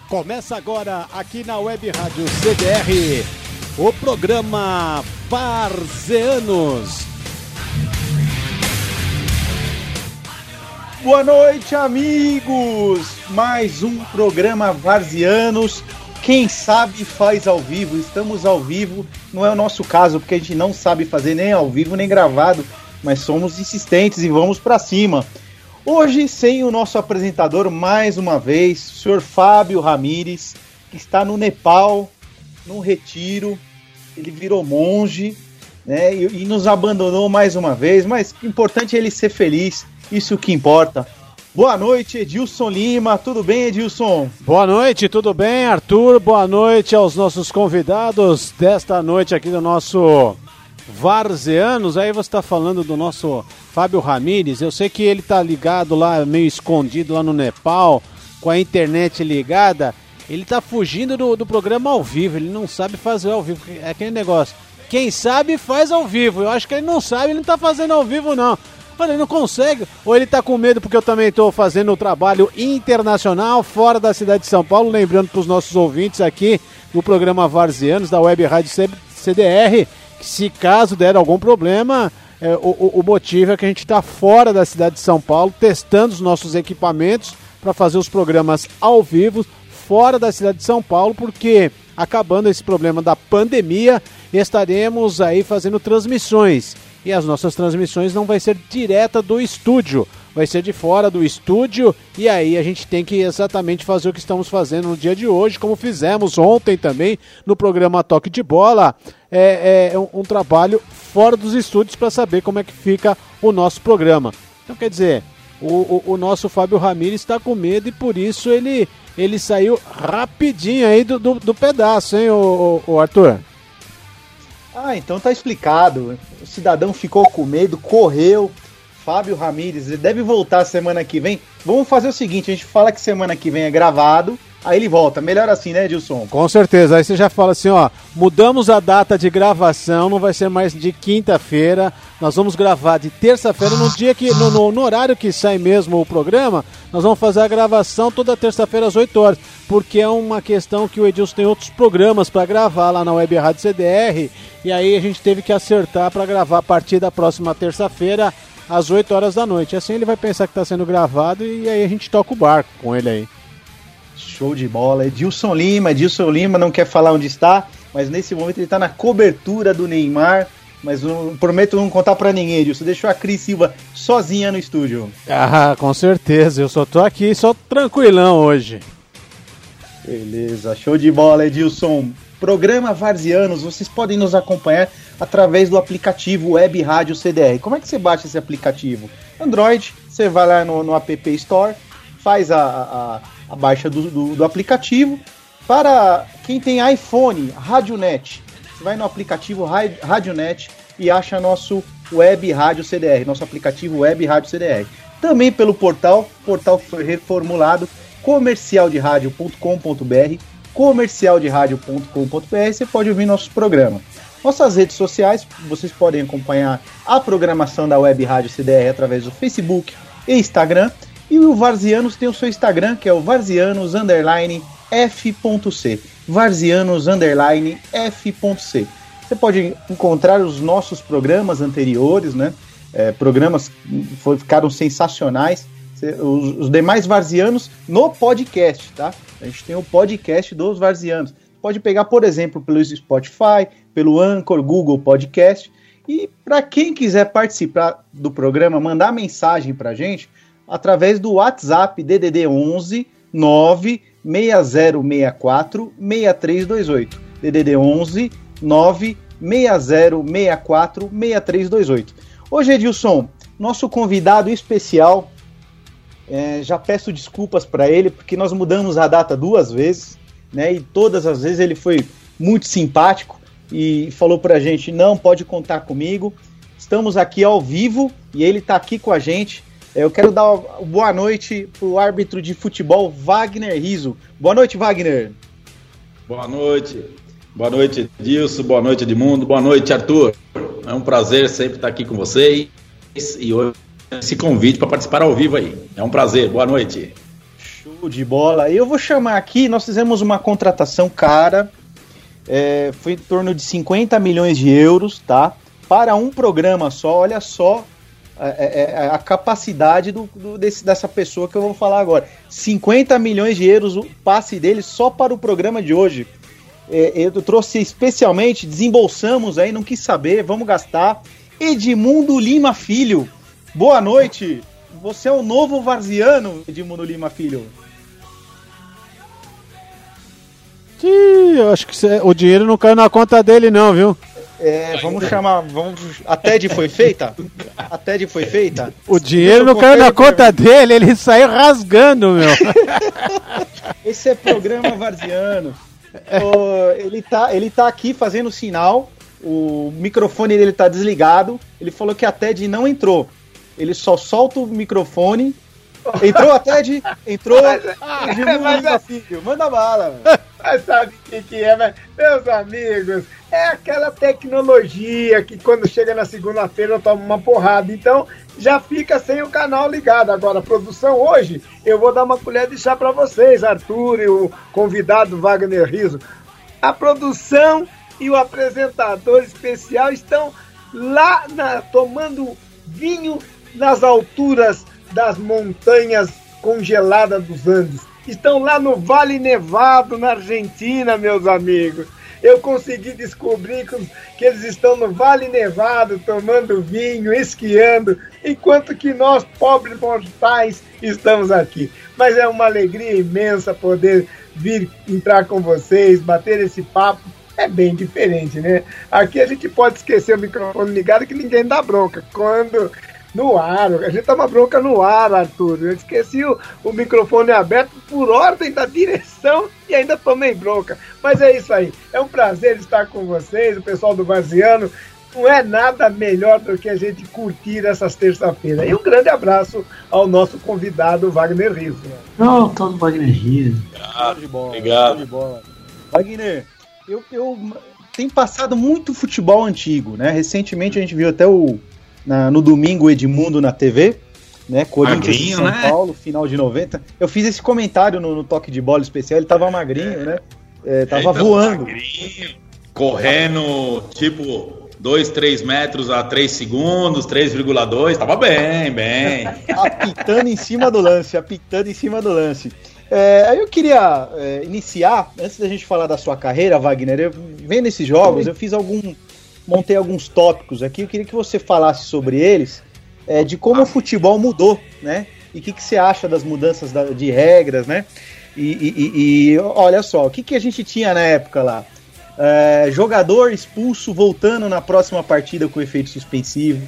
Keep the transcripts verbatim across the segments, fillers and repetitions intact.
Começa agora aqui na Web Rádio C D R, o programa Varzeanos. Boa noite, amigos! Mais um programa Varzeanos. Quem sabe faz ao vivo. Estamos ao vivo, não é o nosso caso, porque a gente não sabe fazer nem ao vivo nem gravado, mas somos insistentes e vamos pra cima. Hoje, sem o nosso apresentador, mais uma vez, o senhor Fábio Ramires, que está no Nepal, num retiro. Ele virou monge, né, e, e nos abandonou mais uma vez, mas o importante é ele ser feliz, isso que importa. Boa noite, Edilson Lima. Tudo bem, Edilson? Boa noite, tudo bem, Arthur? Boa noite aos nossos convidados desta noite aqui do nosso Varzeanos. Aí você está falando do nosso Fábio Ramires. Eu sei que ele está ligado lá, meio escondido lá no Nepal, com a internet ligada. Ele está fugindo do, do programa ao vivo, ele não sabe fazer ao vivo. É aquele negócio, quem sabe faz ao vivo. Eu acho que ele não sabe, ele não está fazendo ao vivo não. Olha, ele não consegue, ou ele tá com medo porque eu também estou fazendo o trabalho internacional fora da cidade de São Paulo, lembrando para os nossos ouvintes aqui do programa Varzeanos, da Web Rádio C D R, que se caso der algum problema, é, o, o motivo é que a gente está fora da cidade de São Paulo, testando os nossos equipamentos para fazer os programas ao vivo, fora da cidade de São Paulo, porque acabando esse problema da pandemia, estaremos aí fazendo transmissões. E as nossas transmissões não vai ser direta do estúdio, vai ser de fora do estúdio, e aí a gente tem que exatamente fazer o que estamos fazendo no dia de hoje, como fizemos ontem também no programa Toque de Bola, é, é um, um trabalho fora dos estúdios para saber como é que fica o nosso programa. Então quer dizer, o, o, o nosso Fábio Ramires está com medo e por isso ele, ele saiu rapidinho aí do, do, do pedaço, hein, o, o, o Arthur? Ah, então tá explicado. O cidadão ficou com medo, correu. Fábio Ramires, ele deve voltar semana que vem. Vamos fazer o seguinte, a gente fala que semana que vem é gravado, aí ele volta. Melhor assim, né, Edilson? Com certeza. Aí você já fala assim, ó, mudamos a data de gravação, não vai ser mais de quinta-feira, nós vamos gravar de terça-feira, no dia que, no, no, no horário que sai mesmo o programa, nós vamos fazer a gravação toda terça-feira às oito horas, porque é uma questão que o Edilson tem outros programas para gravar lá na Web Rádio C D R, e aí a gente teve que acertar para gravar a partir da próxima terça-feira, às oito horas da noite. Assim ele vai pensar que está sendo gravado e aí a gente toca o barco com ele aí. Show de bola. Edilson Lima, Edilson Lima não quer falar onde está, mas nesse momento ele está na cobertura do Neymar, mas não, prometo não contar para ninguém, Edilson. Deixou a Cris Silva sozinha no estúdio. Ah, com certeza. Eu só tô aqui, só tranquilão hoje. Beleza, show de bola, Edilson. Programa Varzeanos, vocês podem nos acompanhar através do aplicativo Web Rádio C D R. Como é que você baixa esse aplicativo? Android, você vai lá no, no App Store, faz a, a, a baixa do, do, do aplicativo. Para quem tem iPhone, Radionet, você vai no aplicativo Radionet e acha nosso Web Rádio C D R, nosso aplicativo Web Rádio C D R. Também pelo portal, portal que foi reformulado, comercial de rádio ponto com ponto b r, comercial de rádio ponto com ponto b r, você pode ouvir nossos programas. Nossas redes sociais, vocês podem acompanhar a programação da Web Rádio C D R através do Facebook e Instagram. E o Varzeanos tem o seu Instagram, que é o Varzeanos underline F.C. Varzeanos underline F.C. Você pode encontrar os nossos programas anteriores, né? É, programas que ficaram sensacionais. Os, os demais Varzeanos no podcast, tá? A gente tem o podcast dos Varzeanos. Pode pegar, por exemplo, pelo Spotify, pelo Anchor, Google Podcast. E para quem quiser participar do programa, mandar mensagem para a gente através do WhatsApp D D D onze nove seis zero seis quatro seis três dois oito. D D D onze nove seis zero seis quatro seis três dois oito. Hoje, Edilson, nosso convidado especial, é, já peço desculpas para ele, porque nós mudamos a data duas vezes, né, e todas as vezes ele foi muito simpático e falou pra gente, não, pode contar comigo, estamos aqui ao vivo e ele tá aqui com a gente. Eu quero dar uma boa noite pro árbitro de futebol, Wagner Rizzo. Boa noite, Wagner. Boa noite. Boa noite, Edilson. Boa noite, Edmundo. Boa noite, Arthur. É um prazer sempre estar aqui com vocês e hoje esse convite para participar ao vivo aí. É um prazer. Boa noite. Show de bola. Eu vou chamar aqui, nós fizemos uma contratação cara, é, foi em torno de cinquenta milhões de euros, tá? Para um programa só, olha só a, a, a capacidade do, do, desse, dessa pessoa que eu vou falar agora. cinquenta milhões de euros o passe dele só para o programa de hoje. É, eu trouxe especialmente, desembolsamos aí, não quis saber, vamos gastar. Edmundo Lima Filho, boa noite. Você é o novo varziano, Edmundo Lima Filho. Ih, eu acho que cê, o dinheiro não caiu na conta dele não, viu? É, vamos chamar, vamos, a T E D foi feita? A T E D foi feita? O dinheiro não caiu na conta dele, ele saiu rasgando, meu. Esse é programa varziano. Oh, ele, tá, ele tá aqui fazendo sinal, o microfone dele tá desligado, ele falou que a T E D não entrou. Ele só solta o microfone. Entrou a T E D? Entrou. Mas, mas, filho, manda bala. Mas sabe o que, que é, meus amigos? É aquela tecnologia que quando chega na segunda-feira toma uma porrada. Então já fica sem o canal ligado. Agora, a produção hoje, eu vou dar uma colher de chá para vocês, Arthur e o convidado Wagner Rizzo. A produção e o apresentador especial estão lá na, tomando vinho nas alturas das montanhas congeladas dos Andes. Estão lá no Vale Nevado, na Argentina, meus amigos. Eu consegui descobrir que eles estão no Vale Nevado, tomando vinho, esquiando, enquanto que nós, pobres mortais, estamos aqui. Mas é uma alegria imensa poder vir entrar com vocês, bater esse papo. É bem diferente, né? Aqui a gente pode esquecer o microfone ligado que ninguém dá bronca. Quando no ar, a gente toma bronca no ar, Arthur. Eu esqueci o, o microfone aberto por ordem da direção e ainda tomei bronca. Mas é isso aí. É um prazer estar com vocês, o pessoal do Varziano. Não é nada melhor do que a gente curtir essas terça-feiras. E um grande abraço ao nosso convidado, Wagner Rizzo. Não, todo Wagner Rizzo. Show de bola. Obrigado. Show de bola. Wagner, eu, eu tenho passado muito futebol antigo, né? Recentemente a gente viu até o na, no domingo o Edmundo na T V, né? Corinthians e São né? Paulo, final de noventa. Eu fiz esse comentário no, no Toque de Bola especial, ele tava magrinho, né? É, tava ele voando. Tava magrinho, correndo, tipo, dois, três metros a três segundos, três vírgula dois, tava bem, bem. Apitando em cima do lance, apitando em cima do lance. É, aí eu queria é, iniciar, antes da gente falar da sua carreira, Wagner, eu, vendo esses jogos, eu fiz algum, montei alguns tópicos aqui, eu queria que você falasse sobre eles, é, de como o futebol mudou, né? E o que, que você acha das mudanças da, de regras, né? E, e, e olha só, o que, que a gente tinha na época lá? É, jogador expulso voltando na próxima partida com efeito suspensivo,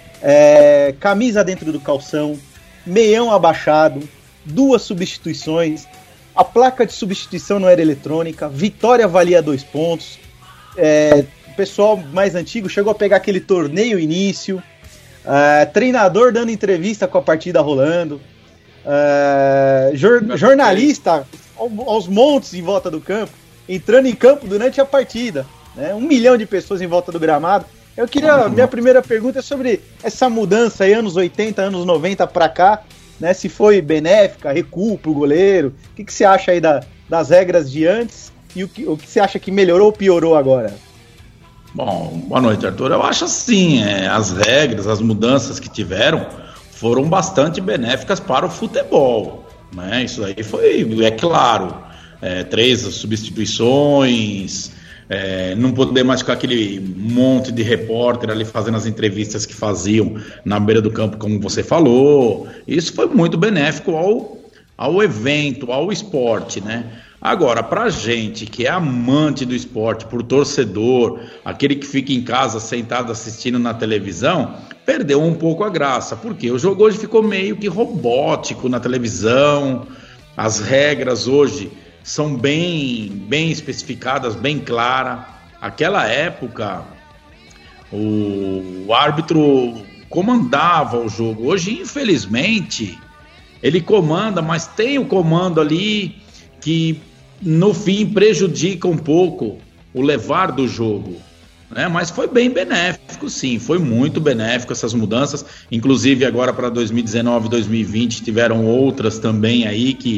é, camisa dentro do calção, meião abaixado, duas substituições, a placa de substituição não era eletrônica, vitória valia dois pontos, é, o pessoal mais antigo chegou a pegar aquele torneio início, é, treinador dando entrevista com a partida rolando, é, jor, jornalista aos montes em volta do campo, entrando em campo durante a partida, né? Um milhão de pessoas em volta do gramado. Eu queria, minha primeira pergunta é sobre essa mudança aí, anos oitenta, anos noventa pra cá, né, se foi benéfica, recuo pro goleiro, o que, que você acha aí da, das regras de antes e o que, o que você acha que melhorou ou piorou agora? Bom, boa noite, Arthur. Eu acho assim, é, as regras, as mudanças que tiveram foram bastante benéficas para o futebol, né? Isso aí foi, é claro, é, três substituições, É, não poder mais ficar aquele monte de repórter ali fazendo as entrevistas que faziam na beira do campo, como você falou. Isso foi muito benéfico ao, ao evento, ao esporte, né? Agora, pra gente que é amante do esporte, por torcedor, aquele que fica em casa sentado assistindo na televisão, perdeu um pouco a graça, porque o jogo hoje ficou meio que robótico na televisão, as regras hoje são bem, bem especificadas, bem claras. Aquela época, o, o árbitro comandava o jogo. Hoje, infelizmente, ele comanda, mas tem o comando ali que, no fim, prejudica um pouco o levar do jogo, né? Mas foi bem benéfico, sim, foi muito benéfico essas mudanças. Inclusive, agora para dois mil e dezenove, dois mil e vinte, tiveram outras também aí que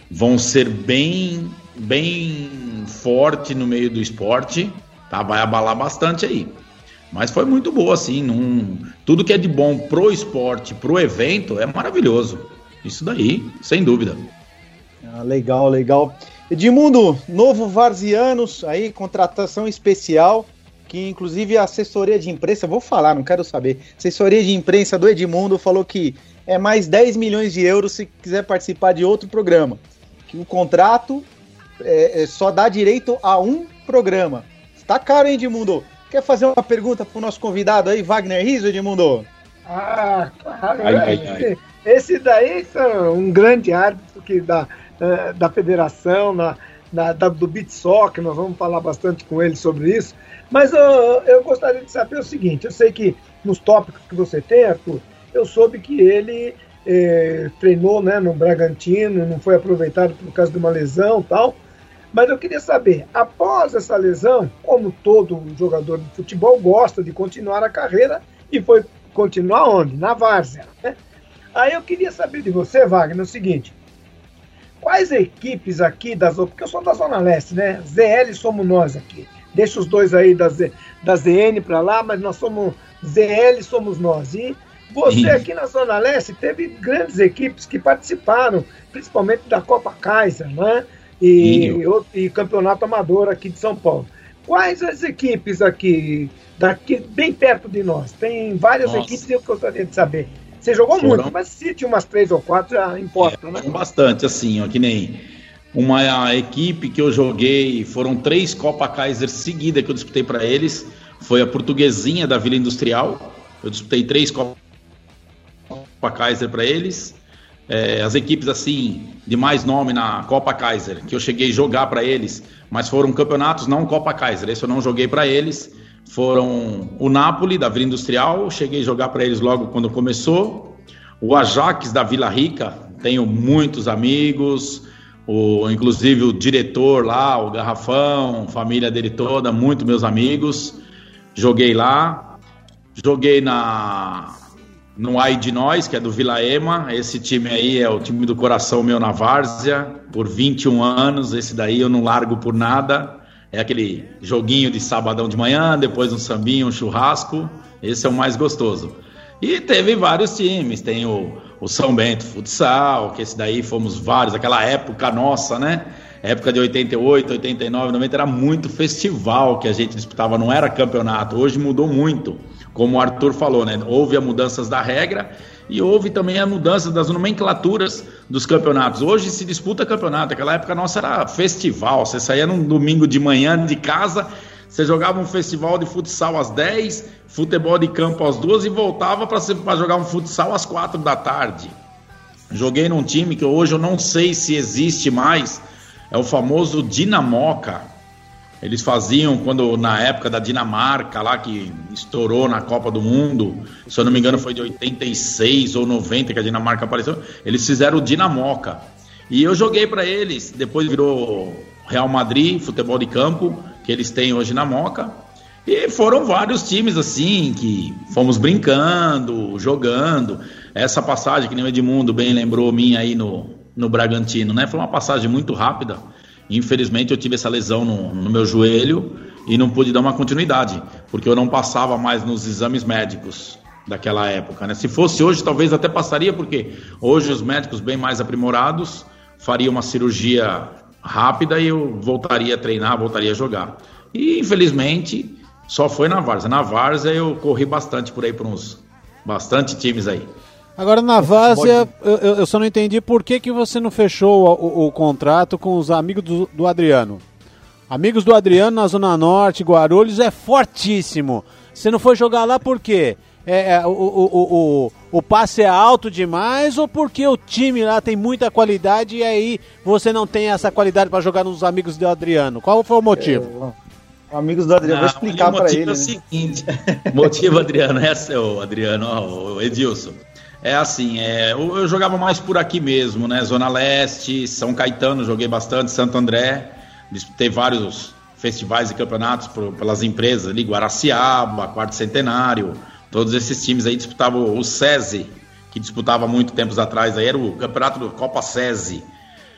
vão ser bem, bem forte no meio do esporte, tá? Vai abalar bastante aí. Mas foi muito boa, assim, num... tudo que é de bom pro esporte, pro evento, é maravilhoso. Isso daí, sem dúvida. Ah, legal, legal. Edmundo, novo Varzianos, aí, contratação especial, que inclusive a assessoria de imprensa, vou falar, não quero saber, assessoria de imprensa do Edmundo falou que é mais dez milhões de euros se quiser participar de outro programa, que o contrato é, é, só dá direito a um programa. Tá caro, hein, Edmundo? Quer fazer uma pergunta pro nosso convidado aí, Wagner Rizzo, Edmundo? Ah, claro. Ai, ai, ai. Esse daí é um grande árbitro que da, da federação, na, na, da, do beach soccer, nós vamos falar bastante com ele sobre isso. Mas eu, eu gostaria de saber o seguinte, eu sei que nos tópicos que você tem, Arthur, eu soube que ele eh, treinou, né, no Bragantino, não foi aproveitado por causa de uma lesão e tal, mas eu queria saber, após essa lesão, como todo jogador de futebol gosta de continuar a carreira, e foi continuar onde? Na várzea, né? Aí eu queria saber de você, Wagner, o seguinte, quais equipes aqui, das, porque eu sou da Zona Leste, né? Z L somos nós aqui. Deixa os dois aí da, Z, da Z N para lá, mas nós somos Z L, somos nós. E você aqui na Zona Leste teve grandes equipes que participaram, principalmente da Copa Kaiser, né? E, e, e Campeonato Amador aqui de São Paulo. Quais as equipes aqui, daqui bem perto de nós? Tem várias Nossa. equipes e eu gostaria de saber. Você jogou Foram... muito, mas se tinha umas três ou quatro, já importa, é, né? Bastante, assim, ó, que nem uma equipe que eu joguei, foram três Copa Kaiser seguidas que eu disputei para eles, foi a Portuguesinha da Vila Industrial, eu disputei três Copa Kaiser para eles, é, as equipes assim, de mais nome na Copa Kaiser, que eu cheguei a jogar para eles, mas foram campeonatos não Copa Kaiser, esse eu não joguei para eles, foram o Napoli da Vila Industrial, cheguei a jogar para eles logo quando começou, o Ajax da Vila Rica, tenho muitos amigos, o, inclusive o diretor lá, o Garrafão, família dele toda, muito meus amigos, joguei lá, joguei na, no Ai de Nós, que é do Vila Ema, esse time aí é o time do coração meu na várzea, por vinte e um anos, esse daí eu não largo por nada, é aquele joguinho de sabadão de manhã, depois um sambinho, um churrasco, esse é o mais gostoso. E teve vários times, tem o, o São Bento Futsal, que esse daí fomos vários, aquela época nossa, né? Época de oitenta e oito, oitenta e nove, noventa, era muito festival que a gente disputava, não era campeonato, hoje mudou muito, como o Arthur falou, né? Houve as mudanças da regra e houve também a mudança das nomenclaturas dos campeonatos. Hoje se disputa campeonato, aquela época nossa era festival, você saía num domingo de manhã de casa, você jogava um festival de futsal às dez, futebol de campo às duas e voltava para jogar um futsal às quatro da tarde. Joguei num time que hoje eu não sei se existe mais, é o famoso Dinamoca. Eles faziam, quando na época da Dinamarca, lá que estourou na Copa do Mundo, se eu não me engano foi de oitenta e seis ou noventa que a Dinamarca apareceu, eles fizeram o Dinamoca. E eu joguei para eles, depois virou Real Madrid, futebol de campo, que eles têm hoje na Moca, e foram vários times assim, que fomos brincando, jogando, essa passagem que nem o Edmundo bem lembrou minha aí no, no Bragantino, né, foi uma passagem muito rápida, infelizmente eu tive essa lesão no, no meu joelho, e não pude dar uma continuidade, porque eu não passava mais nos exames médicos daquela época, né, se fosse hoje talvez até passaria, porque hoje os médicos bem mais aprimorados, fariam uma cirurgia rápida e eu voltaria a treinar, voltaria a jogar. E infelizmente só foi na várzea. Na várzea eu corri bastante por aí, por uns bastante times aí. Agora na várzea eu, eu só não entendi por que, que você não fechou o, o, o contrato com os amigos do, do Adriano. Amigos do Adriano na Zona Norte, Guarulhos, é fortíssimo. Você não foi jogar lá por quê? É, é, o, o, o, o passe é alto demais ou porque o time lá tem muita qualidade e aí você não tem essa qualidade para jogar nos amigos do Adriano? Qual foi o motivo? É, amigos do Adriano, não, vou explicar para ele. O motivo é o seguinte, o motivo, Adriano, é o Adriano, ó, o Edilson, é assim, é, eu, eu jogava mais por aqui mesmo, né, Zona Leste, São Caetano, joguei bastante, Santo André, disputei vários festivais e campeonatos por, pelas empresas ali, Guaraciaba, Quarto Centenário. Todos esses times aí disputavam o SESI, que disputava muito tempos atrás, aí era o campeonato do Copa SESI.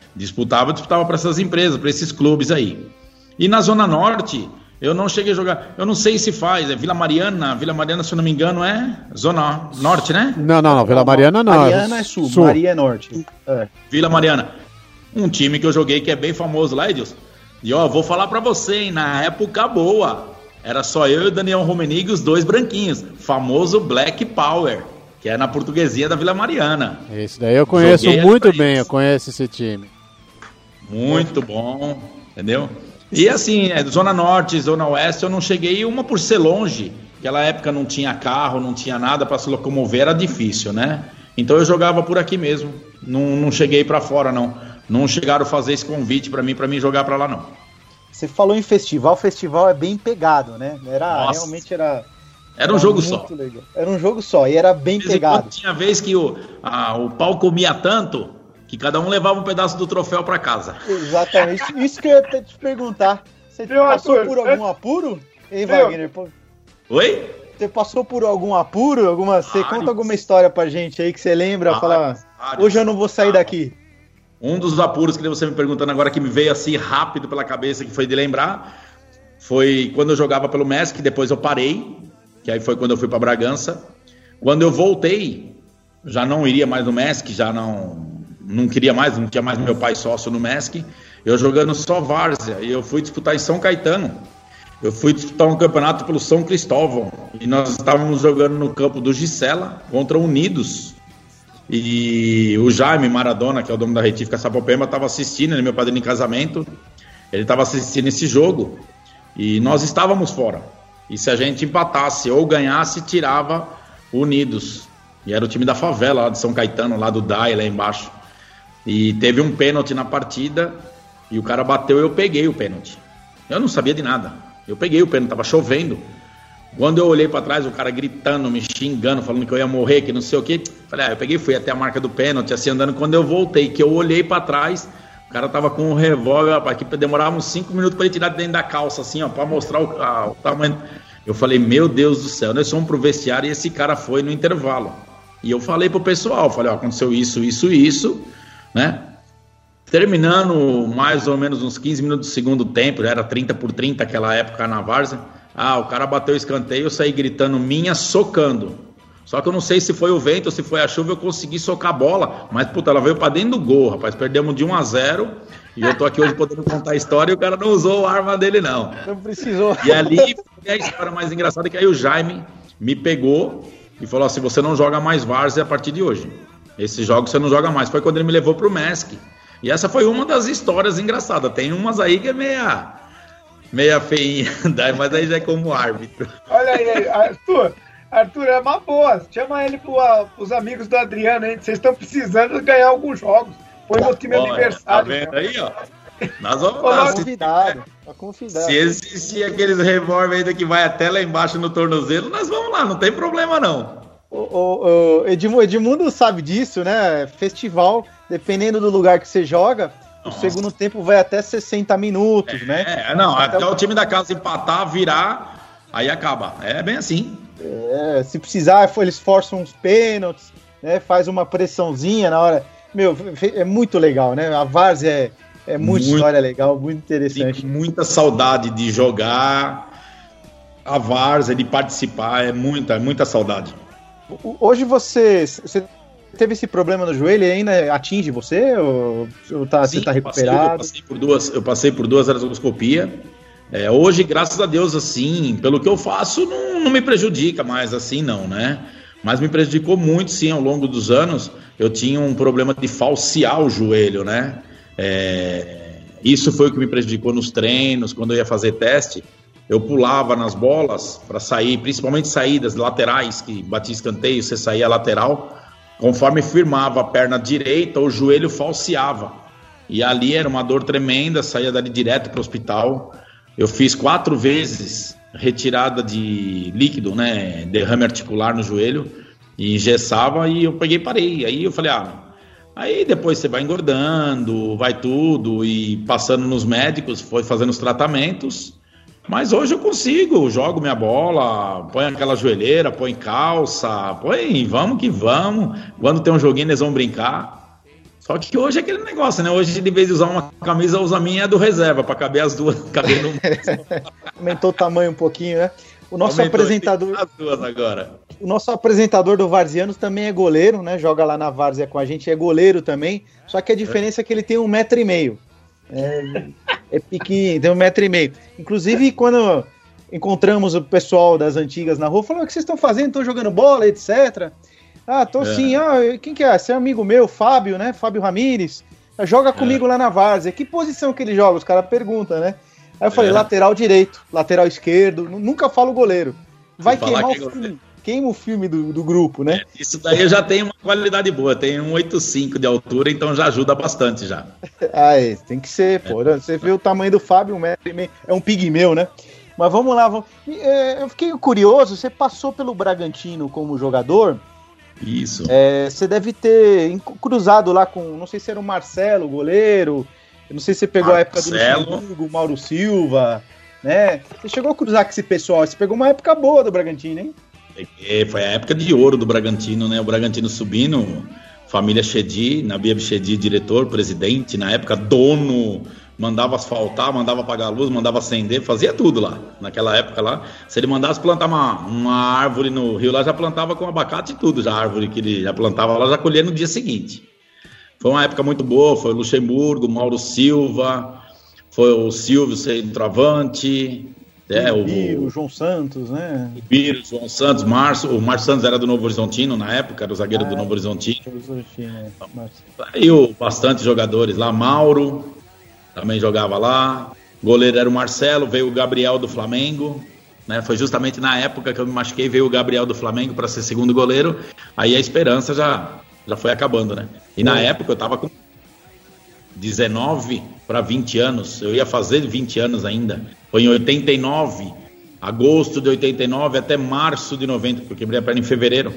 Disputava, disputava para essas empresas, para esses clubes aí. E na Zona Norte, eu não cheguei a jogar, eu não sei se faz, é Vila Mariana, Vila Mariana, se eu não me engano, é Zona Norte, né? Não, não, não, Vila Mariana não. Mariana é sul, sul. Maria é norte. É. Vila Mariana. Um time que eu joguei que é bem famoso lá, Edilson. E ó, vou falar pra você, hein, na época boa, era só eu e o Daniel Romenig, os dois branquinhos, famoso Black Power, que é na Portuguesinha da Vila Mariana. Esse daí eu conheço joguei muito bem, eu conheço esse time. Muito bom, entendeu? E assim, é, Zona Norte, Zona Oeste, eu não cheguei, uma por ser longe, naquela época não tinha carro, não tinha nada para se locomover, era difícil, né? Então eu jogava por aqui mesmo, não, não cheguei para fora não. Não chegaram a fazer esse convite para mim, para mim jogar para lá, não. Você falou em festival, festival é bem pegado, né? Era, Nossa. Realmente era... Era um era jogo só. Legal. Era um jogo só e era bem pegado. Tinha vez que o, a, o pau comia tanto que cada um levava um pedaço do troféu para casa. Exatamente. Isso, isso que eu ia te perguntar. Você Meu passou Arthur, por algum apuro? Hein, Wagner? Oi? Você passou por algum apuro? Alguma... Você conta alguma história pra gente aí que você lembra? Vários, fala, vários, hoje eu não vou sair daqui. Um dos apuros que você me perguntando agora, que me veio assim rápido pela cabeça, que foi de lembrar, foi quando eu jogava pelo M E S C, depois eu parei, que aí foi quando eu fui para Bragança. Quando eu voltei, já não iria mais no M E S C, já não, não queria mais, não tinha mais meu pai sócio no M E S C, eu jogando só várzea, e eu fui disputar em São Caetano. Eu fui disputar um campeonato pelo São Cristóvão, e nós estávamos jogando no campo do Gisela contra o Unidos. E o Jaime Maradona, que é o dono da Retífica Sapopemba, estava assistindo, ele é meu padrinho em casamento, ele estava assistindo esse jogo e nós estávamos fora. E se a gente empatasse ou ganhasse, tirava o Unidos. E era o time da favela lá de São Caetano, lá do D A I, lá embaixo. E teve um pênalti na partida e o cara bateu e eu peguei o pênalti. Eu não sabia de nada. Eu peguei o pênalti, estava chovendo. Quando eu olhei pra trás, o cara gritando, me xingando, falando que eu ia morrer, que não sei o que. Falei, ah, eu peguei, fui até a marca do pênalti, assim, andando. Quando eu voltei, que eu olhei pra trás, o cara tava com um revólver, rapaz, que demorava uns cinco minutos pra ele tirar de dentro da calça, assim, ó, pra mostrar o, a, o tamanho. Eu falei, meu Deus do céu, nós fomos pro vestiário e esse cara foi no intervalo. E eu falei pro pessoal, falei, ó, aconteceu isso, isso, isso, né? Terminando mais ou menos uns quinze minutos do segundo tempo, já era trinta por trinta aquela época na várzea. Ah, o cara bateu o escanteio, eu saí gritando minha, socando. Só que eu não sei se foi o vento ou se foi a chuva, eu consegui socar a bola. Mas, puta, ela veio pra dentro do gol, rapaz. Perdemos de um a zero. E eu tô aqui hoje podendo contar a história e o cara não usou a arma dele, não. Não precisou. E ali, a história mais engraçada é que aí o Jaime me pegou e falou assim, você não joga mais várzea a partir de hoje. Esse jogo você não joga mais. Foi quando ele me levou pro M E S C. E essa foi uma das histórias engraçadas. Tem umas aí que é meia... meia feinha, mas aí já é como árbitro. Olha aí, Arthur, Arthur, é uma boa. Chama ele para os amigos do Adriano, hein? Vocês estão precisando ganhar alguns jogos. Põe no time Olha, aniversário. Tá vendo aí, ó? Nós vamos lá. Tá convidado, tá convidado. Se existir aqueles revólver ainda que vai até lá embaixo no tornozelo, nós vamos lá, não tem problema não. O, o, o Edmundo, Edmundo sabe disso, né? Festival, dependendo do lugar que você joga, Nossa. O segundo tempo vai até sessenta minutos, é, né? É, não, até, até o time da casa empatar, virar, aí acaba. É bem assim. É, se precisar, eles forçam uns pênaltis, né? Faz uma pressãozinha na hora. Meu, é muito legal, né? A várzea é, é muita muito, história legal, muito interessante. Tenho muita saudade de jogar a várzea, de participar, é muita, muita saudade. Hoje você... você... teve esse problema no joelho e ainda atinge você? Ou, ou tá, Sim, você tá recuperado? Eu passei, eu passei por duas, eu passei por duas artroscopias. É, hoje, graças a Deus, assim, pelo que eu faço, não, não me prejudica mais, assim, não, né? Mas me prejudicou muito, sim, ao longo dos anos. Eu tinha um problema de falsear o joelho, né? É, isso foi o que me prejudicou nos treinos, quando eu ia fazer teste. Eu pulava nas bolas para sair, principalmente saídas laterais, que batia escanteio, você saía lateral. Conforme firmava a perna direita, o joelho falseava. E ali era uma dor tremenda, saía dali direto para o hospital. Eu fiz quatro vezes retirada de líquido, né, derrame articular no joelho, e engessava, e eu peguei e parei. Aí eu falei, ah, aí depois você vai engordando, vai tudo, e passando nos médicos, foi fazendo os tratamentos. Mas hoje eu consigo, jogo minha bola, põe aquela joelheira, põe calça, põe, vamos que vamos. Quando tem um joguinho, eles vão brincar. Só que hoje é aquele negócio, né? Hoje, de vez de usar uma camisa, usa a minha e a do reserva, para caber as duas. Caber no... Aumentou o tamanho um pouquinho, né? O nosso Aumentou apresentador. As duas agora. O nosso apresentador do Varzianos também é goleiro, né? Joga lá na Várzea com a gente, é goleiro também. Só que a diferença é, é que ele tem um metro e meio. É, é pequenininho, tem um metro e meio. Inclusive, quando encontramos o pessoal das antigas na rua, falou: o que vocês estão fazendo? Estão jogando bola, etcétera. Ah, tô é. sim. Ah, quem que é? Você é amigo meu, Fábio, né? Fábio Ramires. Joga comigo é. lá na Várzea. Que posição que ele joga? Os caras perguntam, né? Aí eu falei, é. lateral direito, lateral esquerdo. Nunca falo goleiro. Vai queimar que o filme. Queima o filme do, do grupo, né? É, isso daí eu já tenho uma qualidade boa. Tenho um um oitenta e cinco de altura, então já ajuda bastante já. Ah, é, tem que ser, pô. É. Você vê o tamanho do Fábio, um metro e meio. É um pigmeu, né? Mas vamos lá. Vamos... Eu fiquei curioso, você passou pelo Bragantino como jogador... Isso. É, você deve ter cruzado lá com, não sei se era o Marcelo, o goleiro, eu não sei se você pegou Marcelo. A época do Luxemburgo, Mauro Silva, né? Você chegou a cruzar com esse pessoal, você pegou uma época boa do Bragantino, hein? É, foi a época de ouro do Bragantino, né? O Bragantino subindo, família Chedi, Nabiab Chedi, diretor, presidente, na época dono, mandava asfaltar, mandava apagar a luz, mandava acender, fazia tudo lá, naquela época lá. Se ele mandasse plantar uma, uma árvore no rio lá, já plantava com abacate e tudo, já a árvore que ele já plantava lá, já colhia no dia seguinte. Foi uma época muito boa, foi o Luxemburgo, Mauro Silva, foi o Silvio centroavante, é, o Biro, o João Santos, né? O Biro, João Santos, Márcio, o Márcio Santos era do Novo Horizontino na época, era o zagueiro ah, do Novo Horizontino. É. Saiu bastante jogadores lá, Mauro também jogava lá, goleiro era o Marcelo, veio o Gabriel do Flamengo, né? Foi justamente na época que eu me machuquei, veio o Gabriel do Flamengo para ser segundo goleiro, aí a esperança já, já foi acabando, né? E na época eu tava com dezenove para vinte anos, eu ia fazer vinte anos ainda, foi em oitenta e nove, agosto de oitenta e nove até março de noventa, porque eu quebrei a perna em fevereiro.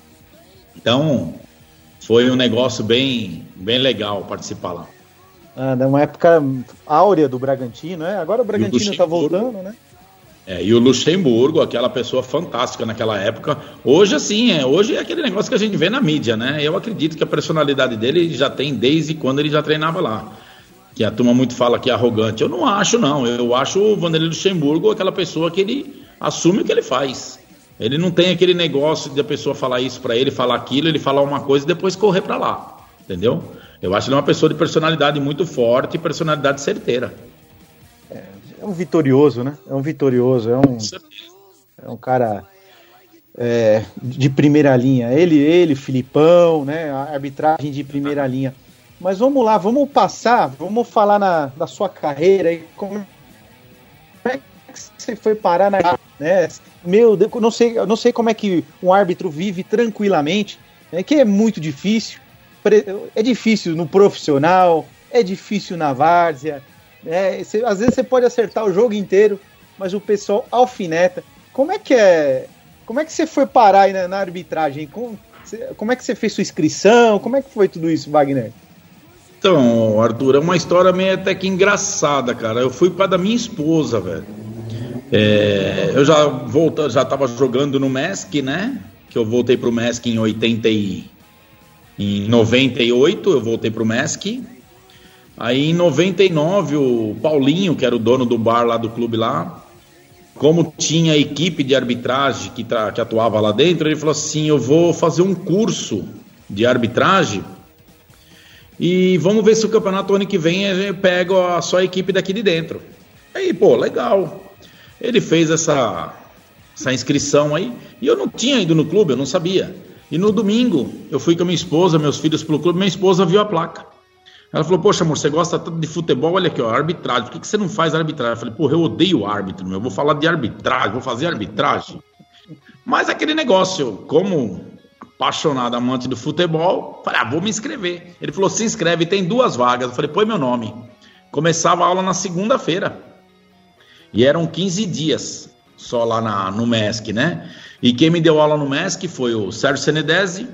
Então, foi um negócio bem, bem legal participar lá. Ah, uma época áurea do Bragantino, né? Agora o Bragantino tá voltando, né? É, e o Luxemburgo, aquela pessoa fantástica naquela época. Hoje, assim, é, hoje é aquele negócio que a gente vê na mídia, né? Eu acredito que a personalidade dele já tem desde quando ele já treinava lá. Que a turma muito fala que é arrogante. Eu não acho, não. Eu acho o Vanderlei Luxemburgo aquela pessoa que ele assume o que ele faz. Ele não tem aquele negócio de a pessoa falar isso pra ele, falar aquilo, ele falar uma coisa e depois correr pra lá. Entendeu? Eu acho ele uma pessoa de personalidade muito forte e personalidade certeira. É, é um vitorioso, né? É um vitorioso, é um, é um cara é, de primeira linha. Ele, ele, Filipão, né? A arbitragem de primeira linha. Mas vamos lá, vamos passar, vamos falar na, da sua carreira e como é que você foi parar na... Né? Meu Deus, eu não sei, eu não sei como é que um árbitro vive tranquilamente, né? Que é muito difícil. É difícil no profissional, é difícil na várzea, né? Cê, às vezes você pode acertar o jogo inteiro, mas o pessoal alfineta. Como é que é? Como é que você foi parar aí na, na arbitragem? Como, cê, como é que você fez sua inscrição? Como é que foi tudo isso, Wagner? Então, Arthur, é uma história meio até que engraçada, cara. Eu fui para da minha esposa, velho. É, eu já volta, já estava jogando no M E S C, né? Que eu voltei pro M E S C em oitenta e Em noventa e oito eu voltei pro M E S C. Aí em noventa e nove o Paulinho, que era o dono do bar lá do clube lá, como tinha equipe de arbitragem que, tra- que atuava lá dentro, ele falou assim: eu vou fazer um curso de arbitragem e vamos ver se o campeonato ano que vem eu pego a só a equipe daqui de dentro. Aí, pô, legal. Ele fez essa, essa inscrição aí e eu não tinha ido no clube, eu não sabia. E no domingo, eu fui com a minha esposa, meus filhos pro clube, minha esposa viu a placa. Ela falou: poxa, amor, você gosta tanto de futebol, olha aqui, ó, arbitragem, por que, que você não faz arbitragem? Eu falei: porra, eu odeio árbitro, meu, eu vou falar de arbitragem, vou fazer arbitragem. Mas aquele negócio, como apaixonado, amante do futebol, falei: ah, vou me inscrever. Ele falou: se inscreve, tem duas vagas. Eu falei: põe meu nome. Começava a aula na segunda-feira. E eram quinze dias só lá na, no M E S C, né? E quem me deu aula no M E S C foi o Sérgio Senedesi,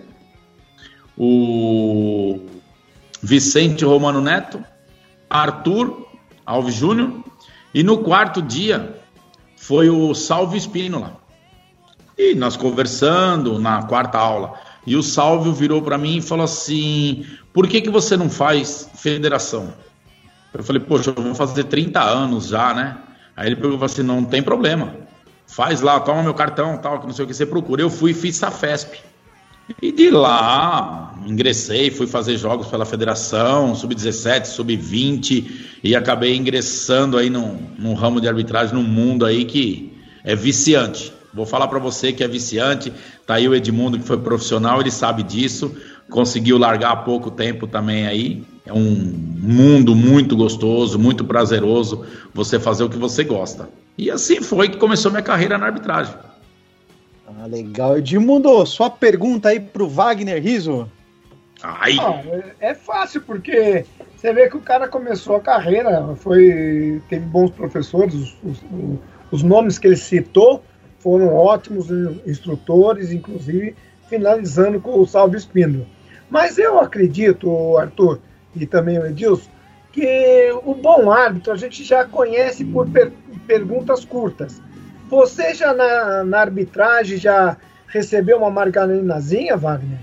o Vicente Romano Neto, Arthur Alves Júnior, e no quarto dia foi o Salvo Espínola. E nós conversando na quarta aula, E o Sálvio virou para mim e falou assim, por que que você não faz federação? Eu falei, poxa, eu vou fazer trinta anos já, né? Aí ele pegou e falou assim, não tem problema, faz lá, toma meu cartão, tal, que não sei o que você procura. Eu fui e fiz Safesp. E de lá, ingressei, fui fazer jogos pela federação, sub dezessete, sub vinte, e acabei ingressando aí num, num ramo de arbitragem, num mundo aí que é viciante. Vou falar para você que é viciante, tá aí o Edmundo que foi profissional, ele sabe disso, conseguiu largar há pouco tempo também aí. É um mundo muito gostoso, muito prazeroso, você fazer o que você gosta. E assim foi que começou minha carreira na arbitragem. Ah, legal. Edmundo, sua pergunta aí pro Wagner Rizzo. Ai. Não, é fácil, porque você vê que o cara começou a carreira, foi, teve bons professores, os, os, os nomes que ele citou foram ótimos instrutores, inclusive finalizando com o Salvo Espíndola. Mas eu acredito, Arthur, e também o Edilson, que o bom árbitro a gente já conhece por per- perguntas curtas. Você já na, na arbitragem já recebeu uma margarinazinha, Wagner?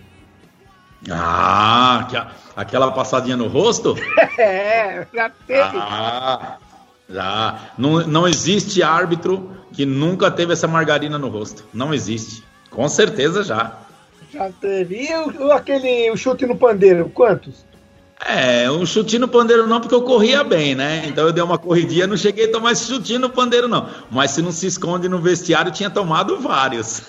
Ah, aquela passadinha no rosto? É, já teve. Ah, já. Não, não existe árbitro que nunca teve essa margarina no rosto. Não existe. Com certeza já. Já teve. E o, aquele o chute no pandeiro, quantos? É, um chutinho no pandeiro não, porque eu corria bem, né? Então eu dei uma corridinha, não cheguei a tomar esse chutinho no pandeiro não. Mas se não se esconde no vestiário, tinha tomado vários.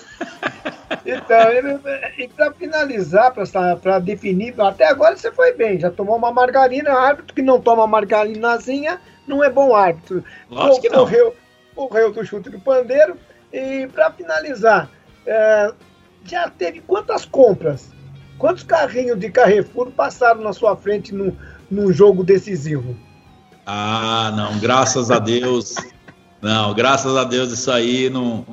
Então, e para finalizar, para definir, até agora você foi bem, já tomou uma margarina, árbitro que não toma margarinazinha não é bom árbitro. Lógico que não. Correu, correu do chute do pandeiro. E para finalizar, é, já teve quantas compras? Quantos carrinhos de Carrefour passaram na sua frente num, num jogo decisivo? Ah, não, graças a Deus. Não, graças a Deus isso aí no,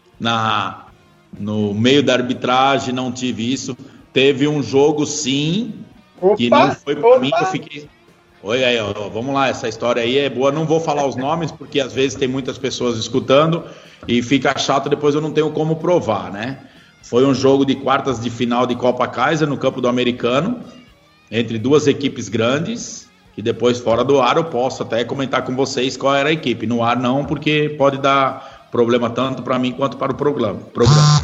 na, no meio da arbitragem não tive isso. Teve um jogo sim, opa, que não foi pra opa. mim que eu fiquei... Oi, aí, ó, vamos lá, essa história aí é boa. Não vou falar os nomes, porque às vezes tem muitas pessoas escutando e fica chato, depois eu não tenho como provar, né? Foi um jogo de quartas de final de Copa Kaiser no campo do Americano, entre duas equipes grandes, que depois fora do ar eu posso até comentar com vocês qual era a equipe. No ar não, porque pode dar problema tanto para mim quanto para o programa. programa.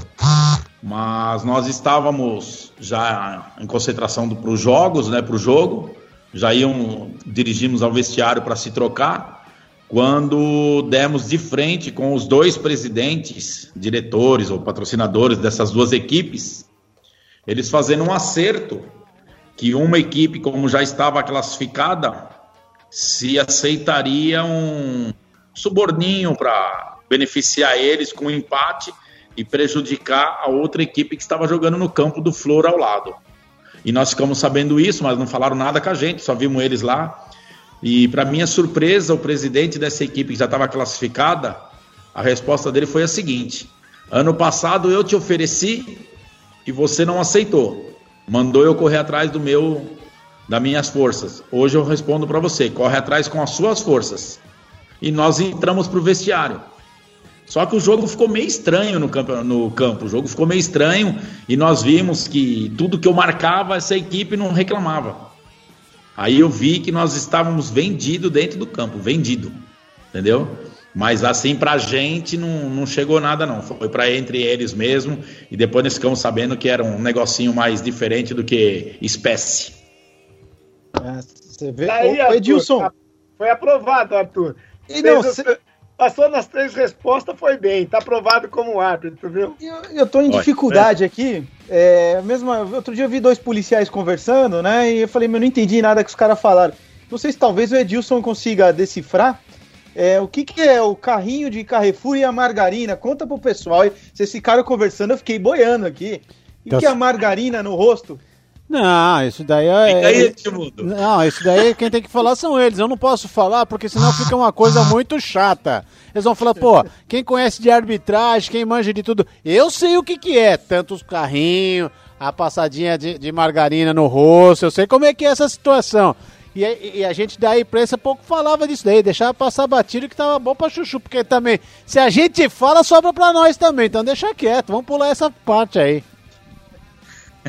Mas nós estávamos já em concentração para os jogos, né, para o jogo, já iam, dirigimos ao vestiário para se trocar, quando demos de frente com os dois presidentes, diretores ou patrocinadores dessas duas equipes, eles fazendo um acerto, que uma equipe, como já estava classificada, se aceitaria um suborninho para beneficiar eles com um empate e prejudicar a outra equipe que estava jogando no campo do Flor ao lado. E nós ficamos sabendo isso, mas não falaram nada com a gente, só vimos eles lá. E para minha surpresa, o presidente dessa equipe que já estava classificada, a resposta dele foi a seguinte: ano passado eu te ofereci e você não aceitou, mandou eu correr atrás do meu, das minhas forças. Hoje eu respondo para você, corre atrás com as suas forças. E nós entramos para o vestiário. Só que o jogo ficou meio estranho no campo, no campo, o jogo ficou meio estranho e nós vimos que tudo que eu marcava, essa equipe não reclamava. Aí eu vi que nós estávamos vendidos dentro do campo, vendido, entendeu? Mas assim pra gente não, não chegou nada não, foi pra entre eles mesmo, e depois nós ficamos sabendo que era um negocinho mais diferente do que espécie. É, você vê, Aí, ô, Arthur, Edilson. Foi aprovado, Arthur. E não, Fez, cê... Passou nas três respostas, foi bem, tá aprovado como árbitro, viu? Eu, eu tô em Oi, dificuldade é. aqui. É, mesmo, outro dia eu vi dois policiais conversando, né? E eu falei, mas eu não entendi nada que os caras falaram. Não sei se talvez o Edilson consiga decifrar é, o que, que é o carrinho de Carrefour e a margarina. Conta pro pessoal. Vocês ficaram conversando, eu fiquei boiando aqui. E o que é a margarina no rosto? Não, isso daí é... Fica aí, Edmundo. Não, isso daí quem tem que falar são eles. Eu não posso falar porque senão fica uma coisa muito chata. Eles vão falar, pô, quem conhece de arbitragem, quem manja de tudo, eu sei o que que é. Tanto os carrinhos, a passadinha de, de margarina no rosto, eu sei como é que é essa situação. E, e a gente da imprensa pouco falava disso daí, deixava passar batido que tava bom pra chuchu, porque também, se a gente fala, sobra pra nós também, então deixa quieto, vamos pular essa parte aí.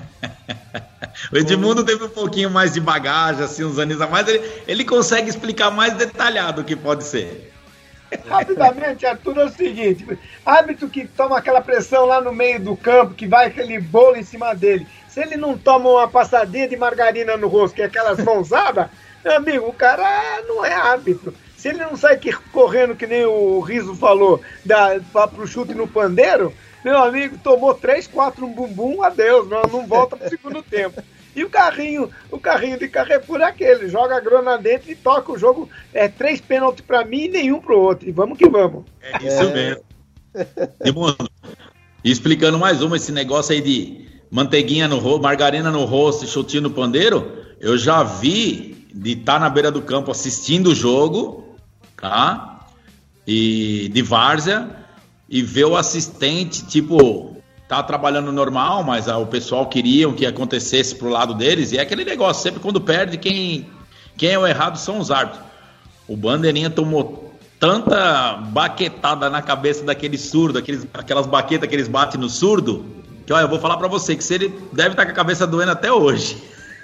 O Edmundo teve um pouquinho mais de bagagem, assim, uns anos a mais, ele, ele consegue explicar mais detalhado o que pode ser. Rapidamente, Arthur, é o seguinte, árbitro que toma aquela pressão lá no meio do campo, que vai aquele bolo em cima dele, se ele não toma uma passadinha de margarina no rosto, que é aquelas mãozadas, meu amigo, o cara não é árbitro. Se ele não sai correndo, que nem o Riso falou, da, pro chute no pandeiro, meu amigo, tomou três, quatro um bumbum, adeus, não, não volta pro segundo tempo. E o carrinho, o carrinho de Carrefour é aquele, joga a grana dentro e toca o jogo, é três pênaltis pra mim e nenhum pro outro, e vamos que vamos. É isso é. mesmo. Edmundo, e explicando mais uma, esse negócio aí de manteiguinha no rosto, margarina no rosto e chutinho no pandeiro, eu já vi de estar na beira do campo assistindo o jogo, tá? E de várzea, e ver o assistente, tipo, tá trabalhando normal, mas ah, o pessoal queria que acontecesse pro lado deles, e é aquele negócio, sempre quando perde, quem, quem é o errado são os árbitros. O Bandeirinha tomou tanta baquetada na cabeça daquele surdo, aqueles, aquelas baquetas que eles batem no surdo, que olha, eu vou falar pra você, que se ele deve estar com a cabeça doendo até hoje.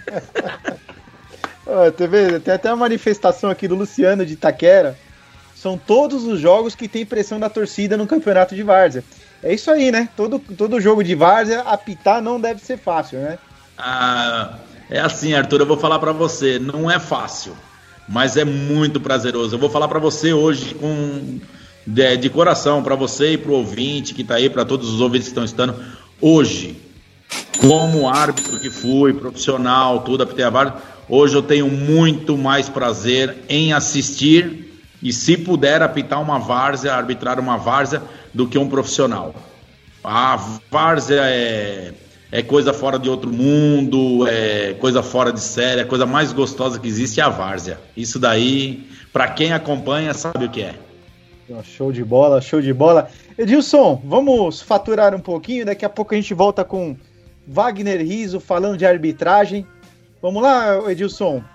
Oh, tem, tem até uma manifestação aqui do Luciano de Itaquera. São todos os jogos que tem pressão da torcida no campeonato de várzea. É isso aí, né? Todo, todo jogo de várzea, apitar não deve ser fácil, né? Ah, é assim, Arthur, eu vou falar pra você, não é fácil, mas é muito prazeroso. Eu vou falar pra você hoje com de, de coração, pra você e pro ouvinte que tá aí, pra todos os ouvintes que estão estando. Hoje, como árbitro que fui, profissional, tudo, apitei a várzea, hoje eu tenho muito mais prazer em assistir e, se puder, apitar uma várzea, arbitrar uma várzea, do que um profissional. A várzea é, é coisa fora de outro mundo, é coisa fora de série, a coisa mais gostosa que existe é a várzea. Isso daí, para quem acompanha, sabe o que é. Show de bola, show de bola. Edilson, vamos faturar um pouquinho, daqui a pouco a gente volta com Wagner Riso falando de arbitragem. Vamos lá, Edilson.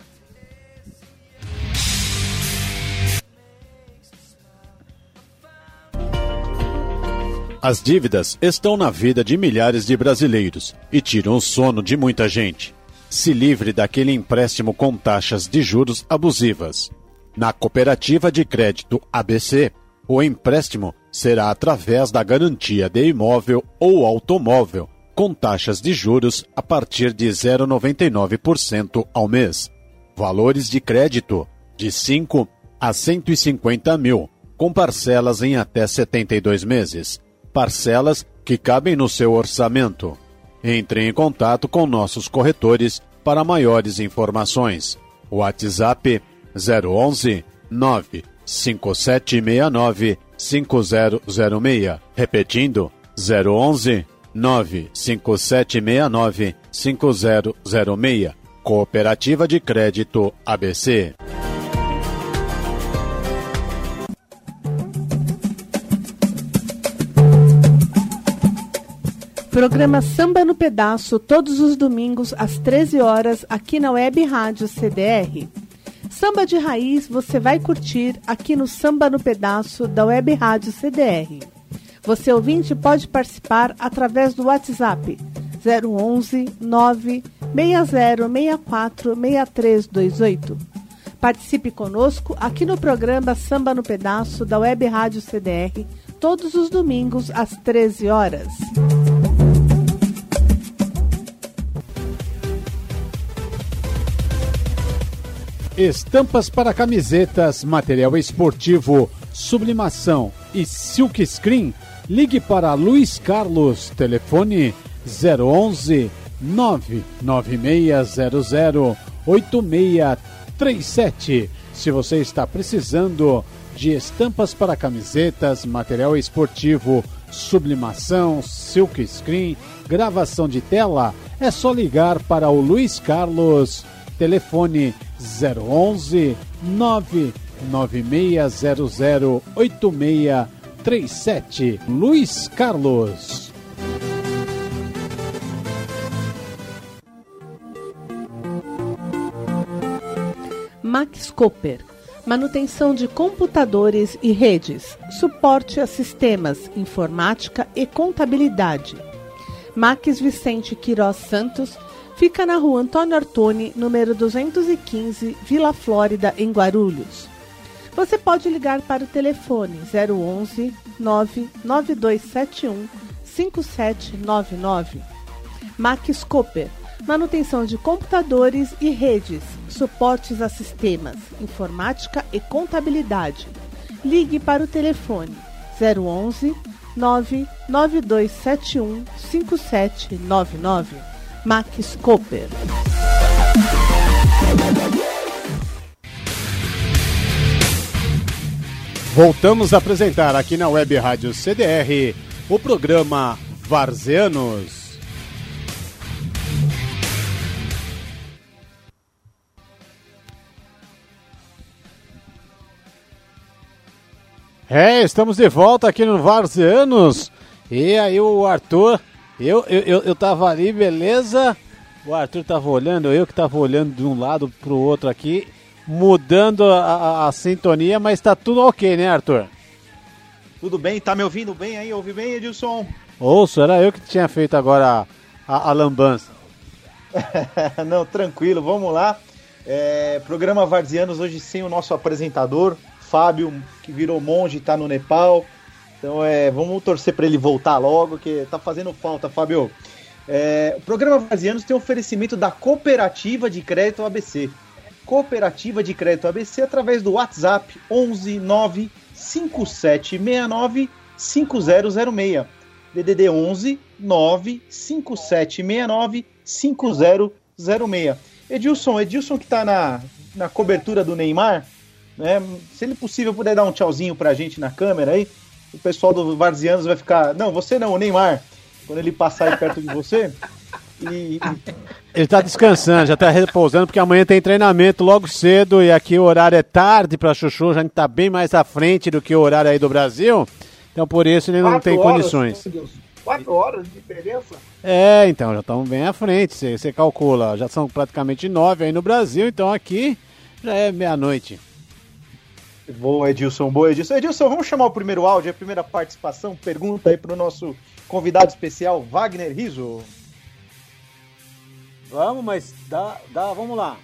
As dívidas estão na vida de milhares de brasileiros e tiram o sono de muita gente. Se livre daquele empréstimo com taxas de juros abusivas. Na Cooperativa de Crédito A B C, o empréstimo será através da garantia de imóvel ou automóvel, com taxas de juros a partir de zero vírgula noventa e nove por cento ao mês. Valores de crédito de cinco a cento e cinquenta mil, com parcelas em até setenta e dois meses. Parcelas que cabem no seu orçamento. Entre em contato com nossos corretores para maiores informações. WhatsApp zero onze nove cinco sete seis nove cinco zero zero seis. Repetindo, zero onze nove cinco sete seis nove cinco zero zero seis. Cooperativa de Crédito A B C. Programa Samba no Pedaço, todos os domingos às treze horas, aqui na Web Rádio C D R. Samba de raiz você vai curtir aqui no Samba no Pedaço da Web Rádio C D R. Você ouvinte pode participar através do WhatsApp zero onze nove seis zero seis quatro seis três dois oito. Participe conosco aqui no programa Samba no Pedaço da Web Rádio C D R, todos os domingos às treze horas. Estampas para camisetas, material esportivo, sublimação e silk screen. Ligue para Luiz Carlos, telefone zero onze nove nove seis zero zero oito seis três sete. Se você está precisando de estampas para camisetas, material esportivo, sublimação, silk screen, gravação de tela, é só ligar para o Luiz Carlos, telefone zero onze nove nove seis zero zero oito seis três sete. Luiz Carlos. Max Cooper, manutenção de computadores e redes, suporte a sistemas, informática e contabilidade. Max Vicente Queiroz Santos fica na rua Antônio Artoni, número duzentos e quinze, Vila Flórida, em Guarulhos. Você pode ligar para o telefone zero onze, nove nove dois sete um, cinco sete nove nove. Max Cooper, manutenção de computadores e redes, suportes a sistemas, informática e contabilidade. Ligue para o telefone zero onze, nove nove dois sete um, cinco sete nove nove. Max Cooper. Voltamos a apresentar aqui na Web Rádio C D R o programa Varzianos. É, estamos de volta aqui no Varzianos. E aí o Arthur, eu, eu, eu, eu tava ali, beleza? O Arthur tava olhando, eu que tava olhando de um lado pro outro aqui, mudando a, a, a sintonia, mas tá tudo ok, né, Arthur? Tudo bem, tá me ouvindo bem aí? Ouve bem, Edilson? Ouço, era eu que tinha feito agora a, a, a lambança. Não, tranquilo, vamos lá. É, programa Varzianos hoje sem o nosso apresentador, Fábio, que virou monge e tá no Nepal. Então é, vamos torcer para ele voltar logo, que tá fazendo falta, Fábio. É, o programa Varzianos tem oferecimento da Cooperativa de Crédito A B C. Cooperativa de Crédito A B C através do WhatsApp onze nove cinco sete seis nove cinco zero zero seis. D D D onze nove cinco sete seis nove cinco zero zero seis. Edilson, Edilson que tá na, na cobertura do Neymar, né? Se ele possível puder dar um tchauzinho pra gente na câmera aí, o pessoal do Varzianos vai ficar... Não, você não, o Neymar, quando ele passar aí perto de você... E... Ele tá descansando, já tá repousando, porque amanhã tem treinamento logo cedo e aqui o horário é tarde pra Chuchu, já tá bem mais à frente do que o horário aí do Brasil, então por isso ele não Quatro tem horas, condições. meu Deus. Quatro horas de diferença? É, então, já estamos bem à frente, você, você calcula, já são praticamente nove aí no Brasil, então aqui já é meia-noite. Boa, Edilson, boa, Edilson. Edilson, vamos chamar o primeiro áudio, a primeira participação, pergunta aí pro nosso convidado especial, Wagner Rizzo. Vamos, mas dá, dá, vamos lá.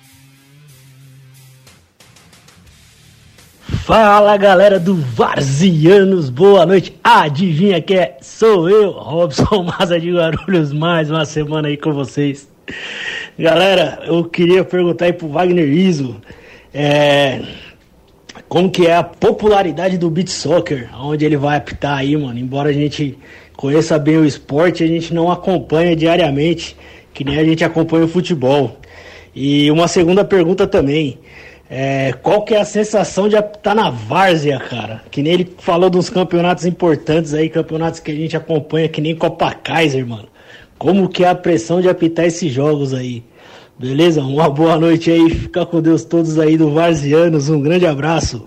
Fala, galera do Varzianos, boa noite. Adivinha quem é? Sou eu, Robson Maza de Guarulhos, mais uma semana aí com vocês. Galera, eu queria perguntar aí pro Wagner Rizzo, é, como que é a popularidade do beach soccer, onde ele vai apitar aí, mano. Embora a gente conheça bem o esporte, a gente não acompanha diariamente, que nem a gente acompanha o futebol. E uma segunda pergunta também, é, qual que é a sensação de apitar na várzea, cara? Que nem ele falou dos campeonatos importantes aí, campeonatos que a gente acompanha, que nem Copa Kaiser, mano. Como que é a pressão de apitar esses jogos aí? Beleza? Uma boa noite aí, fica com Deus todos aí do Varzianos, um grande abraço.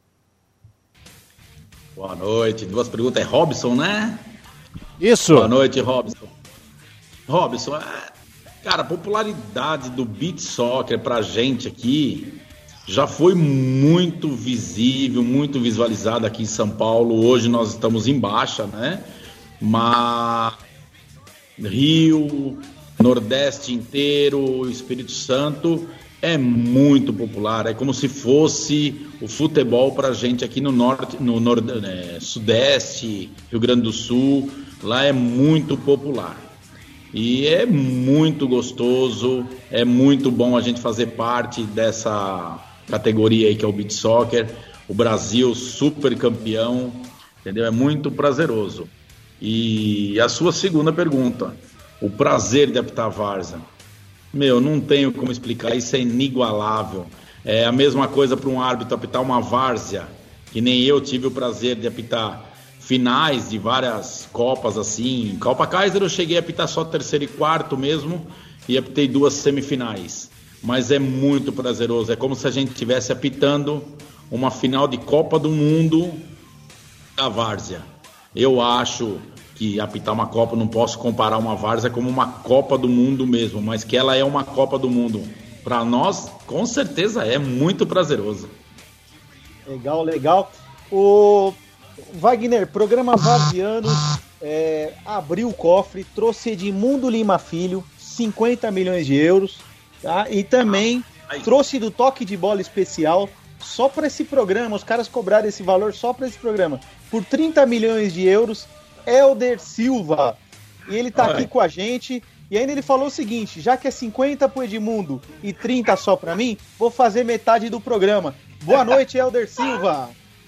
Boa noite, duas perguntas, é Robson, né? Isso. Boa noite, Robson. Robson, é, cara, a popularidade do beach soccer pra gente aqui já foi muito visível, muito visualizada aqui em São Paulo. Hoje nós estamos em baixa, né? Mas Rio, Nordeste inteiro, Espírito Santo é muito popular. É como se fosse o futebol pra gente aqui no norte, no nord, é, Sudeste, Rio Grande do Sul. Lá é muito popular. E é muito gostoso, é muito bom a gente fazer parte dessa categoria aí que é o beach soccer. O Brasil super campeão, entendeu? É muito prazeroso. E a sua segunda pergunta, o prazer de apitar a várzea. Meu, não tenho como explicar, isso é inigualável. É a mesma coisa para um árbitro apitar uma várzea, que nem eu tive o prazer de apitar finais de várias copas assim. Copa Kaiser eu cheguei a apitar só terceiro e quarto mesmo, e apitei duas semifinais. Mas é muito prazeroso, é como se a gente estivesse apitando uma final de Copa do Mundo da várzea. Eu acho que apitar uma Copa, não posso comparar uma várzea como uma Copa do Mundo mesmo, mas que ela é uma Copa do Mundo. Para nós, com certeza é muito prazeroso. Legal, legal. O Wagner, programa Varzianos é, abriu o cofre, trouxe Edmundo Lima Filho, cinquenta milhões de euros, tá? E também ah, trouxe do Toque de Bola Especial, só para esse programa, os caras cobraram esse valor só para esse programa, por trinta milhões de euros, Helder Silva. E ele tá Ai. aqui com a gente. E ainda ele falou o seguinte: já que é cinquenta pro Edmundo e trinta só pra mim, vou fazer metade do programa. Boa noite, Helder Silva.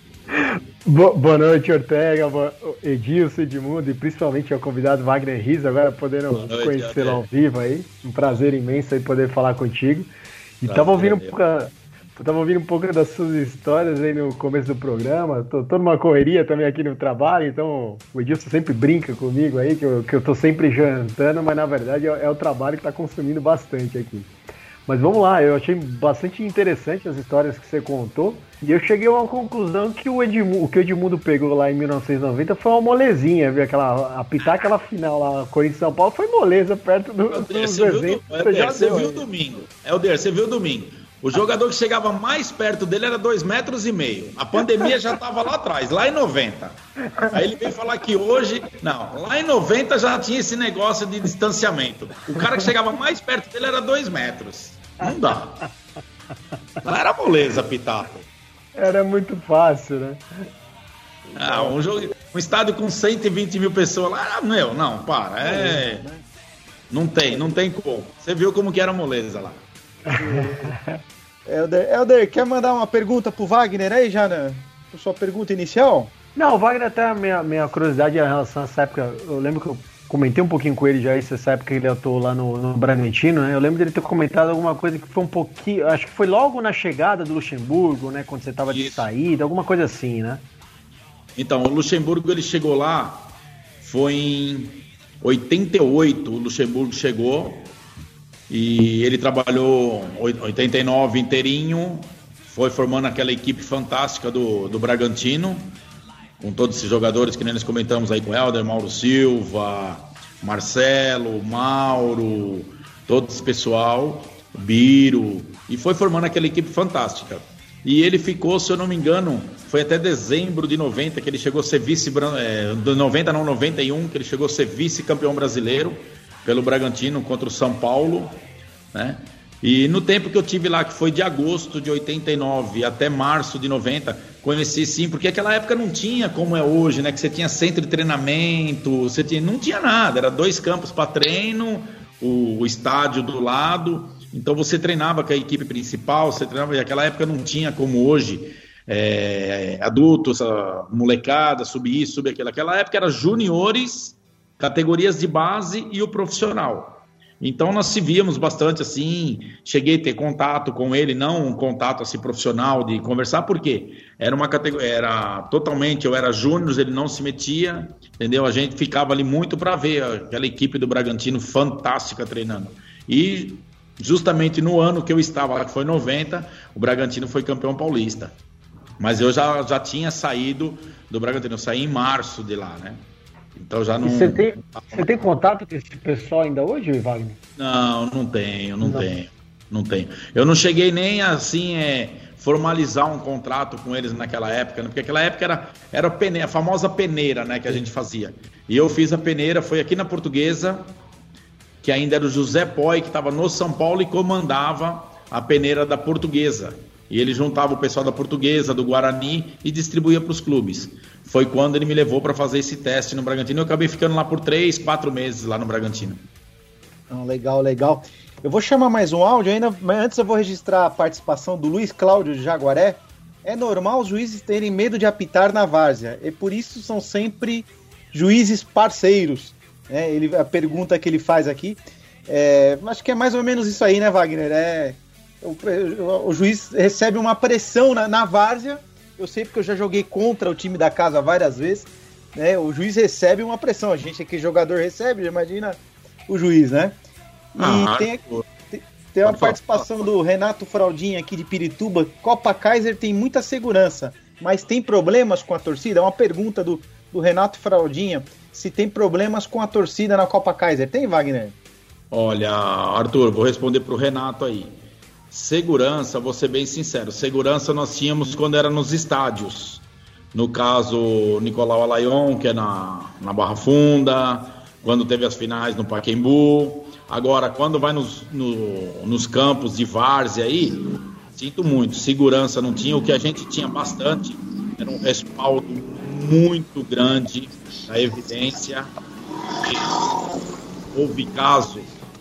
Bo- boa noite, Ortega, boa... Edilson, Edmundo e principalmente o convidado Wagner Riz, agora podendo conhecê-lo ao vivo aí. Um prazer imenso aí poder falar contigo. E tava ouvindo um pouco, eu tava ouvindo um pouco das suas histórias aí no começo do programa. Tô, tô numa correria também aqui no trabalho, então o Edilson sempre brinca comigo aí, que eu, que eu tô sempre jantando, mas na verdade é, é o trabalho que tá consumindo bastante aqui. Mas vamos lá, eu achei bastante interessante as histórias que você contou, e eu cheguei a uma conclusão que o, Edmundo, o que o Edmundo pegou lá em mil novecentos e noventa foi uma molezinha, viu? Aquela, apitar aquela final lá, Corinthians e São Paulo, foi moleza perto do, dos exemplos. Helder, você viu o domingo. Helder, você viu o domingo. O jogador que chegava mais perto dele era dois metros e meio. A pandemia já estava lá atrás, lá em noventa. Aí ele veio falar que hoje... Não, lá em noventa já tinha esse negócio de distanciamento. O cara que chegava mais perto dele era dois metros. Não dá. Não era moleza, Pitaco. Era muito fácil, né? Ah, um, jogo, um estádio com cento e vinte mil pessoas lá... Meu, não, para. É... Não tem, não tem como. Você viu como que era moleza lá. Helder, Helder, quer mandar uma pergunta pro Wagner aí já, né? Sua pergunta inicial? Não, o Wagner até a minha, minha curiosidade em relação a essa época, eu lembro que eu comentei um pouquinho com ele já, essa época que ele atuou lá no, no Bragantino, né? Eu lembro dele ter comentado alguma coisa que foi um pouquinho, acho que foi logo na chegada do Luxemburgo, né? Quando você tava de Isso. saída, alguma coisa assim, né? Então, o Luxemburgo, ele chegou lá, foi em oitenta e oito, o Luxemburgo chegou, e ele trabalhou oitenta e nove inteirinho, foi formando aquela equipe fantástica do, do Bragantino, com todos esses jogadores que nós comentamos aí, com Helder, Mauro Silva, Marcelo, Mauro, todo esse pessoal, Biro, e foi formando aquela equipe fantástica. E ele ficou, se eu não me engano, foi até dezembro de noventa que ele chegou a ser vice, é, de noventa não, noventa e um, que ele chegou a ser vice-campeão brasileiro pelo Bragantino contra o São Paulo, né? E no tempo que eu tive lá, que foi de agosto de oitenta e nove até março de noventa, conheci sim, porque aquela época não tinha como é hoje, né? Que você tinha centro de treinamento, você tinha, não tinha nada, era dois campos para treino, o, o estádio do lado, então você treinava com a equipe principal, você treinava, e naquela época não tinha como hoje, é, adultos, a molecada, subir isso, subir aquilo. Naquela época era juniores, categorias de base e o profissional. Então nós se víamos bastante assim, cheguei a ter contato com ele, não um contato assim profissional de conversar, porque era uma categoria, era totalmente, eu era júnior, ele não se metia, entendeu? A gente ficava ali muito para ver aquela equipe do Bragantino fantástica treinando. E justamente no ano que eu estava lá, que foi noventa, o Bragantino foi campeão paulista. Mas eu já, já tinha saído do Bragantino, eu saí em março de lá, né? Então já não. Você tem, você tem contato com esse pessoal ainda hoje, Wagner? Não, não tenho, não, não. tenho, não tenho. Eu não cheguei nem assim é, formalizar um contrato com eles naquela época, né? Porque aquela época era, era a, peneira, a famosa peneira, né, que a gente fazia. E eu fiz a peneira, foi aqui na Portuguesa, que ainda era o José Poi, que estava no São Paulo e comandava a peneira da Portuguesa. E ele juntava o pessoal da Portuguesa, do Guarani e distribuía para os clubes. Foi quando ele me levou para fazer esse teste no Bragantino. Eu acabei ficando lá por três, quatro meses lá no Bragantino. Oh, legal, legal. Eu vou chamar mais um áudio ainda, mas antes eu vou registrar a participação do Luiz Cláudio de Jaguaré. É normal os juízes terem medo de apitar na várzea, e por isso são sempre juízes parceiros. É, ele, a pergunta que ele faz aqui, é, acho que é mais ou menos isso aí, né, Wagner? É... O, o, o juiz recebe uma pressão na, na várzea. Eu sei porque eu já joguei contra o time da casa várias vezes, né? O juiz recebe uma pressão. A gente aqui, jogador, recebe, imagina o juiz, né? E ah, tem, tem, tem uma participação do Renato Fraldinha aqui de Pirituba. Copa Kaiser tem muita segurança, mas tem problemas com a torcida? É uma pergunta do, do Renato Fraldinha. Se tem problemas com a torcida na Copa Kaiser. Tem, Wagner? Olha, Arthur, vou responder pro Renato aí. Segurança, vou ser bem sincero, segurança nós tínhamos quando era nos estádios, No caso, Nicolau Alayon, que é na, na Barra Funda, quando teve as finais no Pacaembu. Agora, quando vai nos, no, nos campos de várzea aí, sinto muito, segurança não tinha. O que a gente tinha bastante era um respaldo muito grande da evidência. E houve caso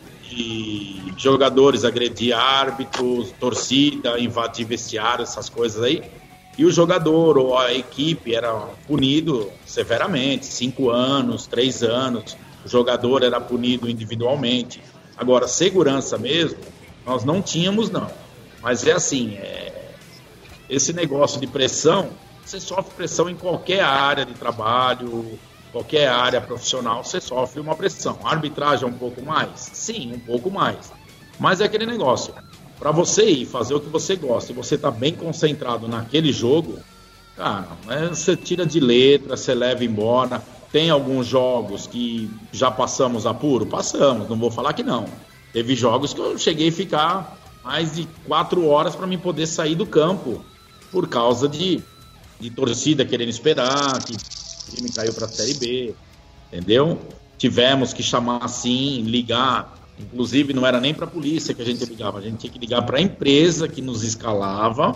de jogadores agredir árbitros, torcida, invadir vestiário, essas coisas aí. E o jogador ou a equipe era punido severamente, cinco anos, três anos. O jogador era punido individualmente. Agora, segurança mesmo, nós não tínhamos, não. Mas é assim, é... esse negócio de pressão, você sofre pressão em qualquer área de trabalho, qualquer área profissional, você sofre uma pressão. A arbitragem é um pouco mais? Sim, um pouco mais. Mas é aquele negócio, para você ir fazer o que você gosta e você tá bem concentrado naquele jogo, cara, né, você tira de letra, você leva embora. Tem alguns jogos que já passamos apuro? Passamos, não vou falar que não. Teve jogos que eu cheguei a ficar mais de quatro horas para mim poder sair do campo por causa de, de torcida querendo esperar, que o time caiu para a Série B, entendeu? Tivemos que chamar assim, ligar, inclusive não era nem para a polícia que a gente ligava, a gente tinha que ligar para a empresa que nos escalava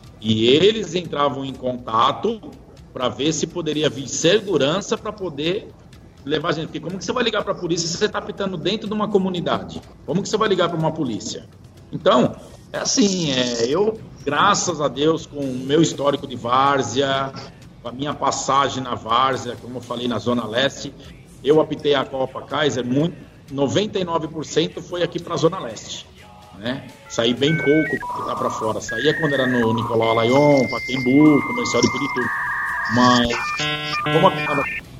e eles entravam em contato para ver se poderia vir segurança para poder levar a gente. Porque como que você vai ligar para a polícia se você está apitando dentro de uma comunidade? Como que você vai ligar para uma polícia? Então, é assim, é, eu, graças a Deus, com o meu histórico de várzea, com a minha passagem na várzea, como eu falei, na Zona Leste, eu apitei a Copa Kaiser, muito, noventa e nove por cento foi aqui para a Zona Leste. Né? Saí bem pouco para apitar para fora. Saía quando era no Nicolau Alayon, Pacaembu, Comercial de Pirituba. Mas, como apitava,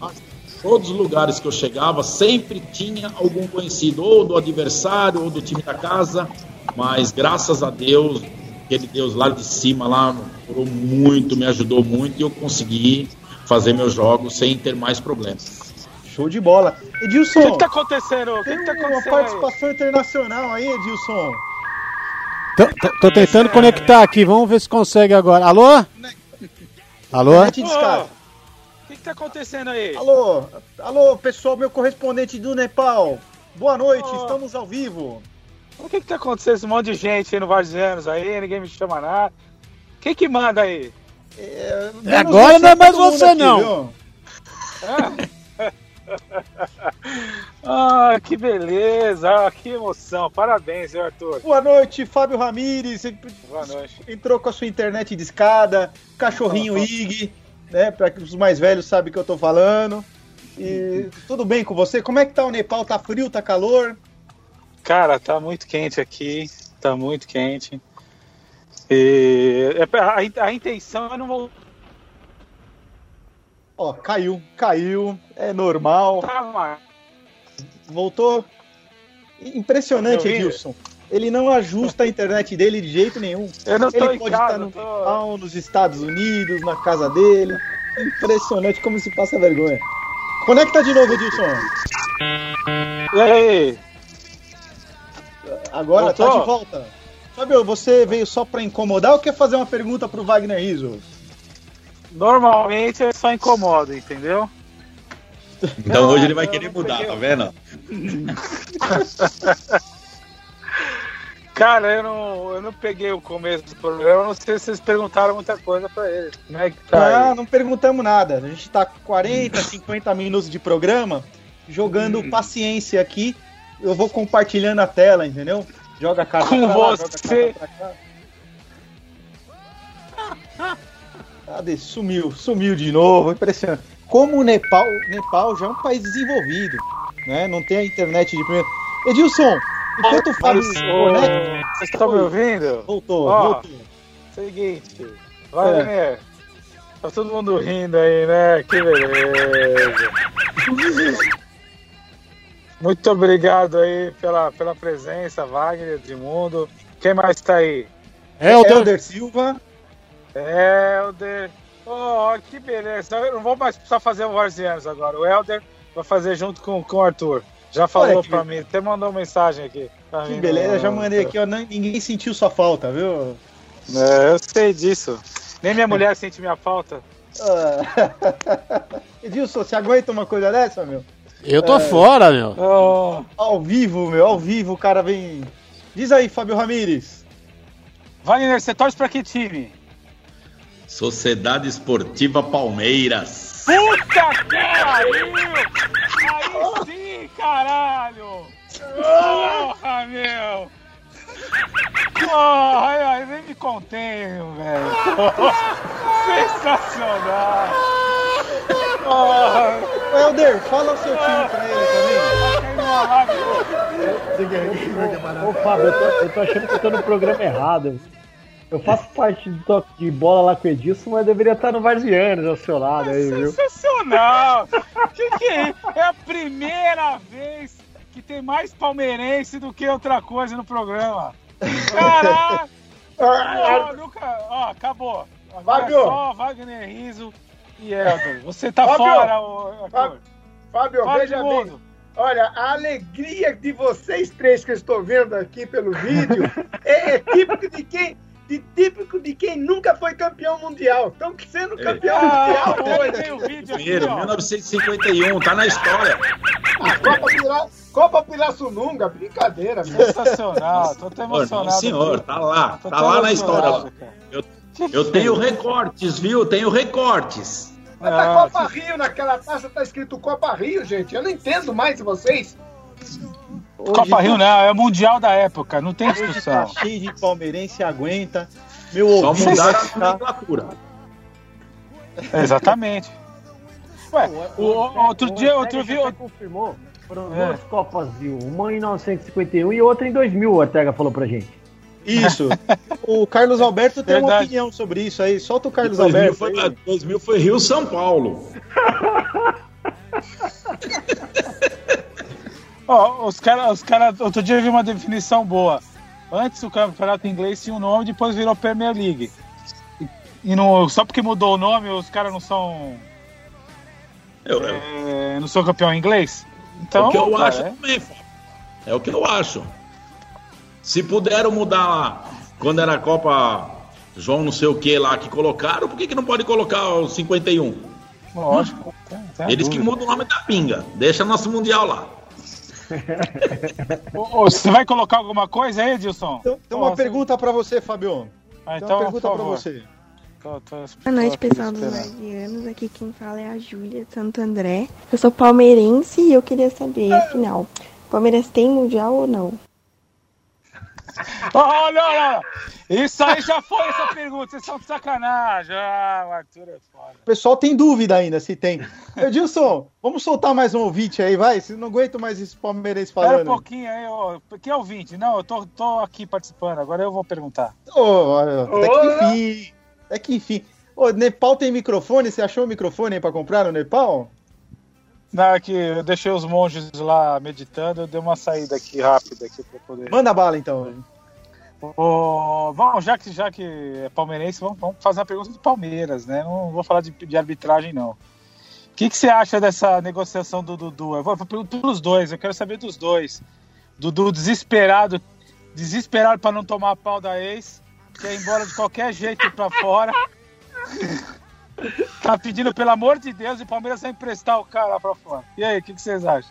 todos os lugares que eu chegava, sempre tinha algum conhecido, ou do adversário, ou do time da casa, mas graças a Deus, aquele Deus lá de cima, lá, curou muito, me ajudou muito, e eu consegui fazer meus jogos sem ter mais problemas. Show de bola. Edilson, o que, que tá acontecendo? O que, tem que tá acontecendo uma participação aí? Internacional aí, Edilson. Tô, tô, tô tentando é... conectar aqui, vamos ver se consegue agora. Alô? Alô? O que, que tá acontecendo aí? Alô, alô, pessoal, meu correspondente do Nepal. Boa noite, oh. Estamos ao vivo. O que que tá acontecendo? Esse monte de gente aí no Varzianos aí, ninguém me chama nada. Quem que manda aí? É, agora não é mais você aqui, não. Ah. Ah, que beleza, ah, que emoção. Parabéns, senhor Arthur. Boa noite, Fábio Ramires. Boa noite. Entrou com a sua internet de escada, cachorrinho Ig, né? Para que os mais velhos sabem que eu tô falando. E tudo bem com você? Como é que tá o Nepal? Tá frio, tá calor? Cara, tá muito quente aqui, tá muito quente. E a, a, a intenção é não voltar. Ó, caiu, caiu, é normal. Tá, mas... Voltou. Impressionante, Edilson. Ele não ajusta a internet dele de jeito nenhum. Eu não tô Ele em pode casa, estar no tô... Nepal, nos Estados Unidos, na casa dele. Impressionante como se passa vergonha. Conecta de novo, Edilson. E aí? Agora Voltou? Tá de volta. Fábio, você veio só pra incomodar ou quer fazer uma pergunta pro Wagner Rizzo? Normalmente eu só incomodo, entendeu? Então hoje ele vai querer mudar, tá vendo? Cara, eu não, eu não peguei o começo do programa, eu não sei se vocês perguntaram muita coisa pra ele. Como é que tá? Ah, não perguntamos nada. A gente tá com quarenta, cinquenta minutos de programa jogando hum. paciência aqui. Eu vou compartilhando a tela, entendeu? Joga a carta com pra lá, você. Joga a carta pra cá. Cadê? Sumiu, sumiu de novo, impressionante. Como o Nepal, Nepal já é um país desenvolvido, né? Não tem a internet de primeiro. Edilson, enquanto o Fábio conecta... Vocês estão me ouvindo? Voltou, Ó, voltou. Seguinte, Wagner, é. Tá todo mundo rindo aí, né? Que beleza. Muito obrigado aí pela, pela presença, Wagner, Edmundo. Quem mais tá aí? Helder, Helder Silva. Helder. Oh, que beleza. Eu não vou mais precisar fazer o Varzianos agora. O Helder vai fazer junto com, com o Arthur. Já falou pra mim, até mandou uma mensagem aqui. Que mim, beleza, no... já mandei aqui, ó. Ninguém sentiu sua falta, viu? É, eu sei disso. Nem minha mulher sente minha falta. Uh... Edilson, você aguenta uma coisa dessa, meu? Eu tô é... fora, meu. Oh. Ao vivo, meu, ao vivo o cara vem... Diz aí, Fábio Ramírez. Wagner, você torce pra que time? Sociedade Esportiva Palmeiras. Puta que pariu! Aí sim, caralho! Porra, meu! Porra, aí, aí nem me contenho, velho. Sensacional! Porra. Helder, fala o seu time pra ele também. Ô, Fábio, eu tô, eu tô achando que eu tô no programa errado. Eu faço parte do toque de bola lá com o Edilson, mas deveria estar no Varzianos ao seu lado aí, viu? Sensacional! Que que é? É a primeira vez que tem mais palmeirense do que outra coisa no programa. Caraca! Oh, nunca... Ó, acabou. Agora é só Wagner Rizzo e Helder. Você tá Fábio, fora, ô, Fábio, Fábio veja bem. Olha, a alegria de vocês três que eu estou vendo aqui pelo vídeo é, é típico de quem... De típico de quem nunca foi campeão mundial. Estão sendo campeão ah, mundial. Olha, tem o vídeo aqui, ó. mil novecentos e cinquenta e um, tá na história. A Copa, Pira... Copa Pirassununga, brincadeira. Sensacional, tô até emocionado. Não, senhor, tá lá, tô tá lá na história. Eu, eu tenho recortes, viu? Tenho recortes. Mas tá ah, Copa que... Rio, naquela taça tá escrito Copa Rio, gente. Eu não entendo mais vocês. Hoje Copa Rio não, é o Mundial da época, não tem discussão. Tá cheio de palmeirense, aguenta. Meu Só mudar a nomenclatura. Exatamente. Ué, o, o, outro o, dia, outro dia... confirmou, foram é. duas Copas Rio, uma em mil novecentos e cinquenta e um e outra em dois mil, o Ortega falou pra gente. Isso. O Carlos Alberto tem Verdade. uma opinião sobre isso aí. Solta o Carlos dois mil Alberto. Foi, dois mil foi Rio-São Paulo. Oh, os caras, os cara, outro dia eu vi uma definição boa. Antes o campeonato inglês tinha um nome, depois virou Premier League. E, e não, só porque mudou o nome, os caras não são. Eu, eu. É, não são campeão inglês? Então, é o que eu cara, acho é. também, é o que eu acho. Se puderam mudar quando era a Copa João não sei o que lá que colocaram, por que, que não pode colocar o cinquenta e um? Lógico. Tem, tem Eles que mudam o nome da pinga. Deixa nosso Mundial lá. Você vai colocar alguma coisa aí, Edilson? Então, tem uma Nossa. pergunta pra você, Fabio. Ah, então, então, uma pergunta pra você. Tô, tô, Boa noite, pessoal dos Varzianos. Aqui quem fala é a Júlia Santo André. Eu sou palmeirense e eu queria saber, afinal, Palmeiras tem Mundial ou não? Olha, olha, isso aí já foi essa pergunta, vocês são de sacanagem. Ah, o Arthur é foda. O pessoal tem dúvida ainda se tem. Edilson, vamos soltar mais um ouvinte aí, vai? Se não aguento mais esse palmeirense falando. Espera um pouquinho aí, ó. Que ouvinte? Não, eu tô, tô aqui participando, agora eu vou perguntar. Oh, até que enfim, até que enfim. Ô, Nepal tem microfone? Você achou o microfone aí pra comprar no Nepal? Não, é que eu deixei os monges lá meditando, eu dei uma saída aqui rápida aqui pra poder... Manda bala então. Oh, bom, já que, já que é palmeirense, vamos, vamos fazer uma pergunta do Palmeiras, né? Não vou falar de, de arbitragem, não. O que, que você acha dessa negociação do Dudu? Eu vou perguntar pelos dois, eu quero saber dos dois. Dudu desesperado, desesperado pra não tomar pau da ex, quer ir embora de qualquer jeito pra fora. Tá pedindo, pelo amor de Deus, e o Palmeiras vai emprestar o cara lá pra fora. E aí, o que, que vocês acham?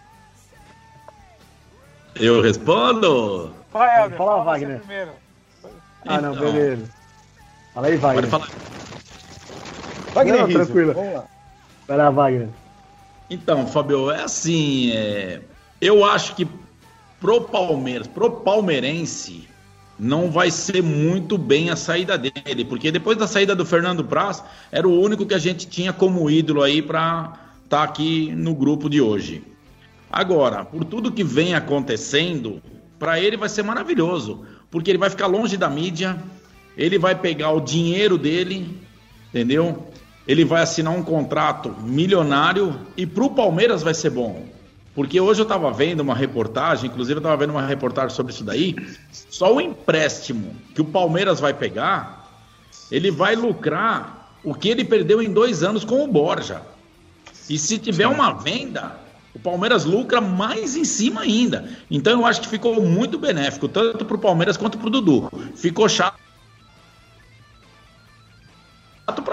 Eu respondo? Vai, Helder, fala, fala Wagner. Primeiro. Ah, não, beleza. Fala aí, Wagner. Pode falar. Wagner, não, tranquilo. Vamos lá. Vai lá, Wagner. Então, Fabio, é assim, é... eu acho que pro Palmeiras, pro palmeirense, não vai ser muito bem a saída dele, porque depois da saída do Fernando Praz, era o único que a gente tinha como ídolo aí para estar tá aqui no grupo de hoje. Agora, por tudo que vem acontecendo, para ele vai ser maravilhoso, porque ele vai ficar longe da mídia, ele vai pegar o dinheiro dele, entendeu? Ele vai assinar um contrato milionário e pro Palmeiras vai ser bom. Porque hoje eu estava vendo uma reportagem, inclusive eu estava vendo uma reportagem sobre isso daí, só o empréstimo que o Palmeiras vai pegar, ele vai lucrar o que ele perdeu em dois anos com o Borja. E se tiver uma venda, o Palmeiras lucra mais em cima ainda. Então eu acho que ficou muito benéfico, tanto para o Palmeiras quanto para o Dudu. Ficou chato para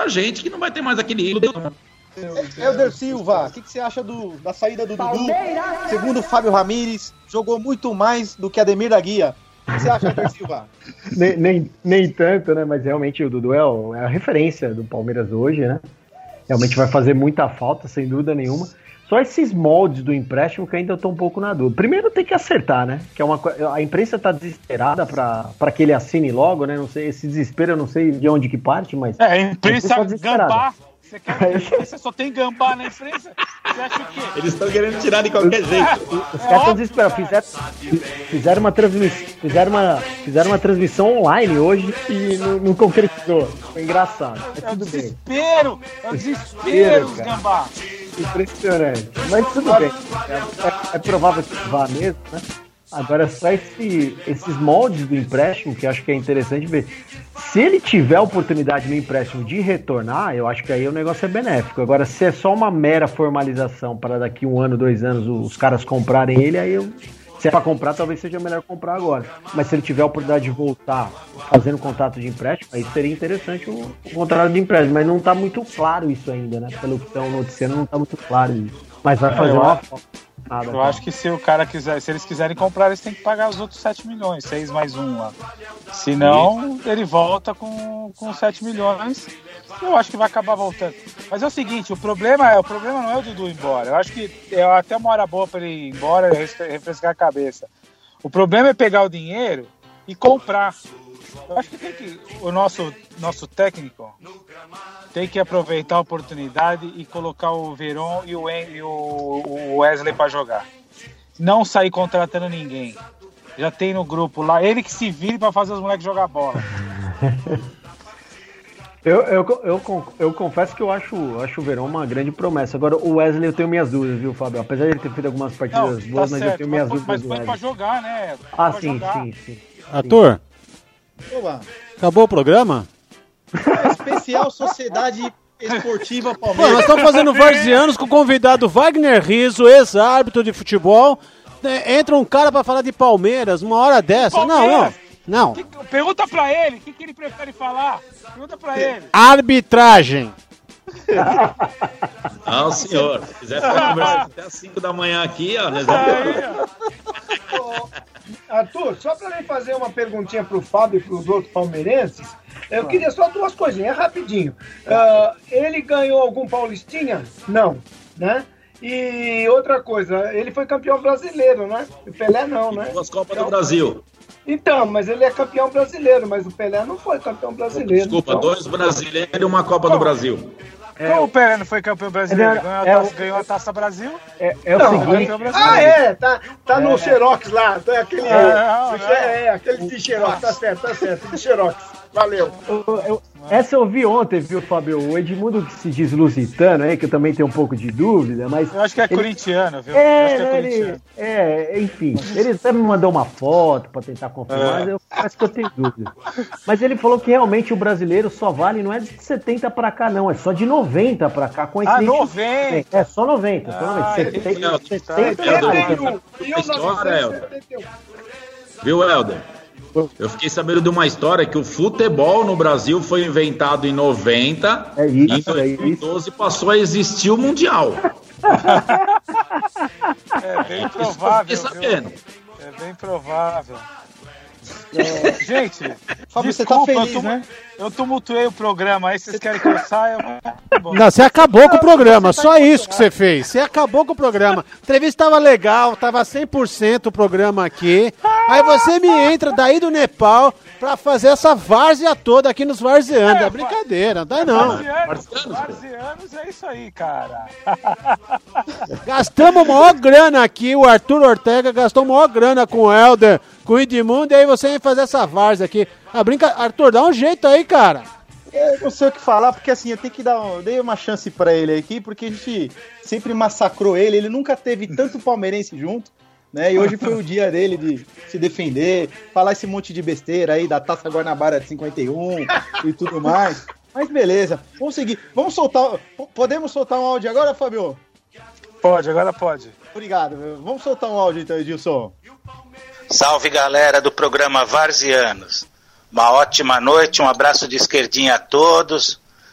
pra gente que não vai ter mais aquele ídolo. Helder Silva, o que, que você acha do, da saída do Dudu? Segundo o Fábio Ramírez, jogou muito mais do que Ademir da Guia. O que você acha, Helder Silva? nem, nem, nem tanto, né? Mas realmente o Dudu é, o, é a referência do Palmeiras hoje, né? Realmente vai fazer muita falta, sem dúvida nenhuma. Só esses moldes do empréstimo que ainda estão um pouco na dúvida. Primeiro tem que acertar, né? Que é uma, a imprensa está desesperada para que ele assine logo, né? Não sei, esse desespero eu não sei de onde que parte, mas... É, a imprensa, a imprensa gambá. Você quer que você só tem gambá na imprensa? Você acha o quê? Eles estão querendo tirar de qualquer jeito. Os caras estão desesperados. Fizeram, fizeram, uma transmissão, fizeram, uma, fizeram uma transmissão online hoje e não, não concretizou. Foi engraçado. É, é o desespero! Bem. É o desespero, os gambá! Impressionante. Mas tudo bem. É, é, é provável que vá mesmo, né? Agora, só esse, esses moldes do empréstimo, que eu acho que é interessante ver. Se ele tiver a oportunidade no empréstimo de retornar, eu acho que aí o negócio é benéfico. Agora, se é só uma mera formalização para daqui um ano, dois anos, os caras comprarem ele, aí eu... Se é para comprar, talvez seja melhor comprar agora. Mas se ele tiver a oportunidade de voltar fazendo contato de empréstimo, aí seria interessante o, o contrato de empréstimo. Mas não está muito claro isso ainda, né? Pelo que estão noticiando, não está muito claro isso. Mas vai fazer é, uma foto. Nada, eu cara. acho que se o cara quiser, se eles quiserem comprar, eles têm que pagar os outros sete milhões, seis mais um lá. Senão, ele volta com, com sete milhões. Eu acho que vai acabar voltando. Mas é o seguinte, o problema, é, o problema não é o Dudu ir embora. Eu acho que é até uma hora boa para ele ir embora e refrescar a cabeça. O problema é pegar o dinheiro e comprar. Eu acho que tem que o nosso, nosso técnico tem que aproveitar a oportunidade e colocar o Veron e o, e o Wesley para jogar. Não sair contratando ninguém. Já tem no grupo lá, ele que se vire para fazer os moleques jogar bola. Eu, eu, eu, eu confesso que eu acho, acho o Verón uma grande promessa. Agora, o Wesley eu tenho minhas dúvidas, viu, Fábio? Apesar de ele ter feito algumas partidas não, boas, tá mas certo, eu tenho minhas mas, dúvidas. Mas põe pra jogar, né? Põe ah, sim, jogar. sim, sim. Arthur? Olá. Acabou o programa? Especial Sociedade Esportiva Palmeiras. Pô, nós estamos fazendo varzianos com o convidado Wagner Rizzo, ex-árbitro de futebol. Entra um cara pra falar de Palmeiras, uma hora dessa. Palmeiras. Não, não. Não. Que, pergunta pra ele, o que, que ele prefere falar? Pergunta pra ele. Arbitragem. Não, senhor. Se quiser ficar conversando até as cinco da manhã aqui, ó, nós vamos... Arthur, só pra mim fazer uma perguntinha pro Fábio e pros outros palmeirenses, eu queria só duas coisinhas, rapidinho. Uh, ele ganhou algum Paulistinha? Não, né? E outra coisa, ele foi campeão brasileiro, né? O Pelé não, né? Duas Copas então, do Brasil. Então, mas ele é campeão brasileiro, mas o Pelé não foi campeão brasileiro. Desculpa, então... dois brasileiros e uma Copa Como? do Brasil. É, Como o Pelé não foi campeão brasileiro? Ganhou a, taça, é, ganhou a Taça Brasil? É, é o não, seguinte... Ah, é, tá, tá é. no Xerox lá, tá aquele, é, não, não. É, aquele de Xerox, tá certo, tá certo, de Xerox. Valeu. Eu, eu, essa eu vi ontem, viu, Fábio? O Edmundo que se diz lusitano aí, que eu também tenho um pouco de dúvida, mas... Eu acho que é ele... corintiano, viu? É, acho que é, ele... é, enfim. Ele até me mandou uma foto pra tentar confirmar, é. mas eu acho que eu tenho dúvida. Mas ele falou que realmente o brasileiro só vale, não é de setenta pra cá, não, é só de noventa pra cá. Com ah, noventa? É, só noventa. Só noventa. Ah, setenta, setenta, Viu, Helder? Eu fiquei sabendo de uma história que o futebol no Brasil foi inventado em noventa é isso, e em dois mil e doze é passou a existir o Mundial. É bem provável. Isso eu fiquei sabendo. Viu? É bem provável. É, gente, Fábio, desculpa, você tá feliz, eu, tum, né? eu tumultuei o programa, aí vocês querem que eu saia? Bom. Não, você acabou com o programa, só isso que você fez. Você acabou com o programa. A entrevista tava legal, tava cem por cento o programa aqui. Aí você me entra daí do Nepal pra fazer essa várzea toda aqui nos varzeanos. É, é brincadeira, não dá não. Varzeanos, varzeanos é isso aí, cara. Gastamos maior grana aqui, o Arthur Ortega gastou maior grana com o Helder, com o Edmundo, e aí você vem fazer essa várzea aqui. Ah, brinca... Arthur, dá um jeito aí, cara. Eu não sei o que falar, porque assim, eu tenho que dar um... eu dei uma chance pra ele aqui, porque a gente sempre massacrou ele, ele nunca teve tanto palmeirense junto, né? E hoje foi o dia dele de se defender, falar esse monte de besteira aí da Taça Guanabara de cinquenta e um e tudo mais. Mas beleza, vamos seguir. Vamos soltar... Podemos soltar um áudio agora, Fábio? Pode, agora pode. Obrigado. Vamos soltar um áudio então, Edilson. Salve, galera do programa Varzianos. Uma ótima noite, um abraço de esquerdinha a todos.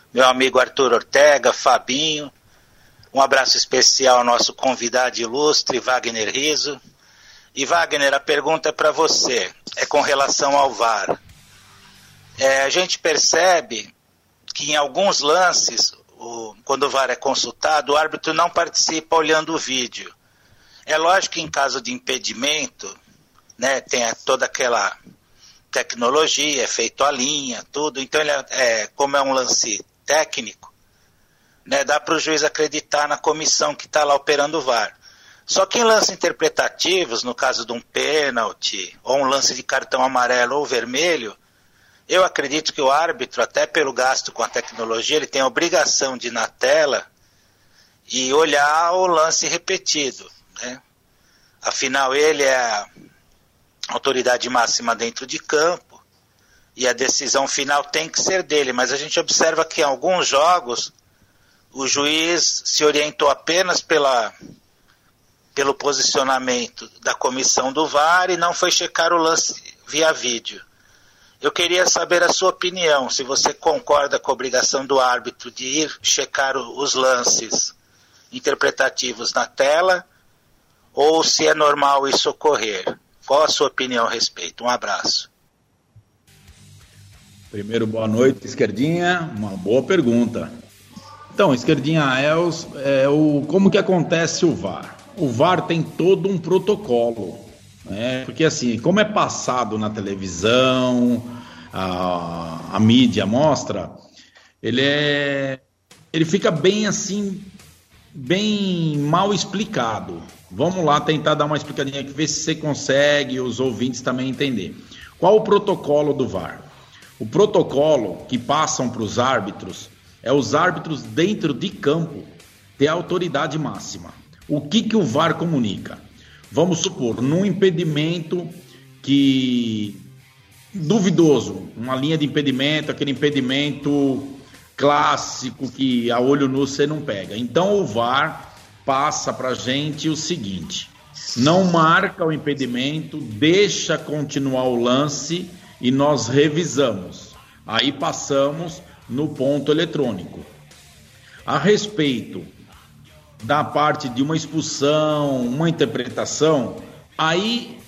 meu amigo Arthur Ortega, Fabinho. Um abraço especial ao nosso convidado ilustre, Wagner Rizzo. E Wagner, a pergunta é para você, é com relação ao V A R. É, a gente percebe que em alguns lances, o, quando o V A R é consultado, o árbitro não participa olhando o vídeo. É lógico que em caso de impedimento, né, tem toda aquela tecnologia, é feito a linha, tudo. Então, ele é, é, como é um lance técnico, né, dá para o juiz acreditar na comissão que está lá operando o V A R. Só que em lances interpretativos, no caso de um pênalti, ou um lance de cartão amarelo ou vermelho, eu acredito que o árbitro, até pelo gasto com a tecnologia, ele tem a obrigação de ir na tela e olhar o lance repetido, né? Afinal, ele é a autoridade máxima dentro de campo e a decisão final tem que ser dele, mas a gente observa que em alguns jogos o juiz se orientou apenas pela, pelo posicionamento da comissão do V A R e não foi checar o lance via vídeo. Eu queria saber a sua opinião, se você concorda com a obrigação do árbitro de ir checar os lances interpretativos na tela, ou se é normal isso ocorrer. Qual a sua opinião a respeito? Um abraço. Primeiro, boa noite, Esquerdinha. Uma boa pergunta. Então, Esquerdinha, é, os, é o, como que acontece o V A R? O V A R tem todo um protocolo, né? Porque assim, como é passado na televisão, a, a mídia mostra, ele é, ele fica bem assim, bem mal explicado. Vamos lá tentar dar uma explicadinha aqui, ver se você consegue, os ouvintes também entender. Qual o protocolo do V A R? O protocolo que passam para os árbitros é os árbitros dentro de campo ter a autoridade máxima. O que, que o V A R comunica? Vamos supor, num impedimento que duvidoso, uma linha de impedimento, aquele impedimento clássico que a olho nu você não pega. Então o V A R passa para a gente o seguinte: não marca o impedimento, deixa continuar o lance e nós revisamos. Aí passamos no ponto eletrônico. A respeito da parte de uma expulsão, uma interpretação, aí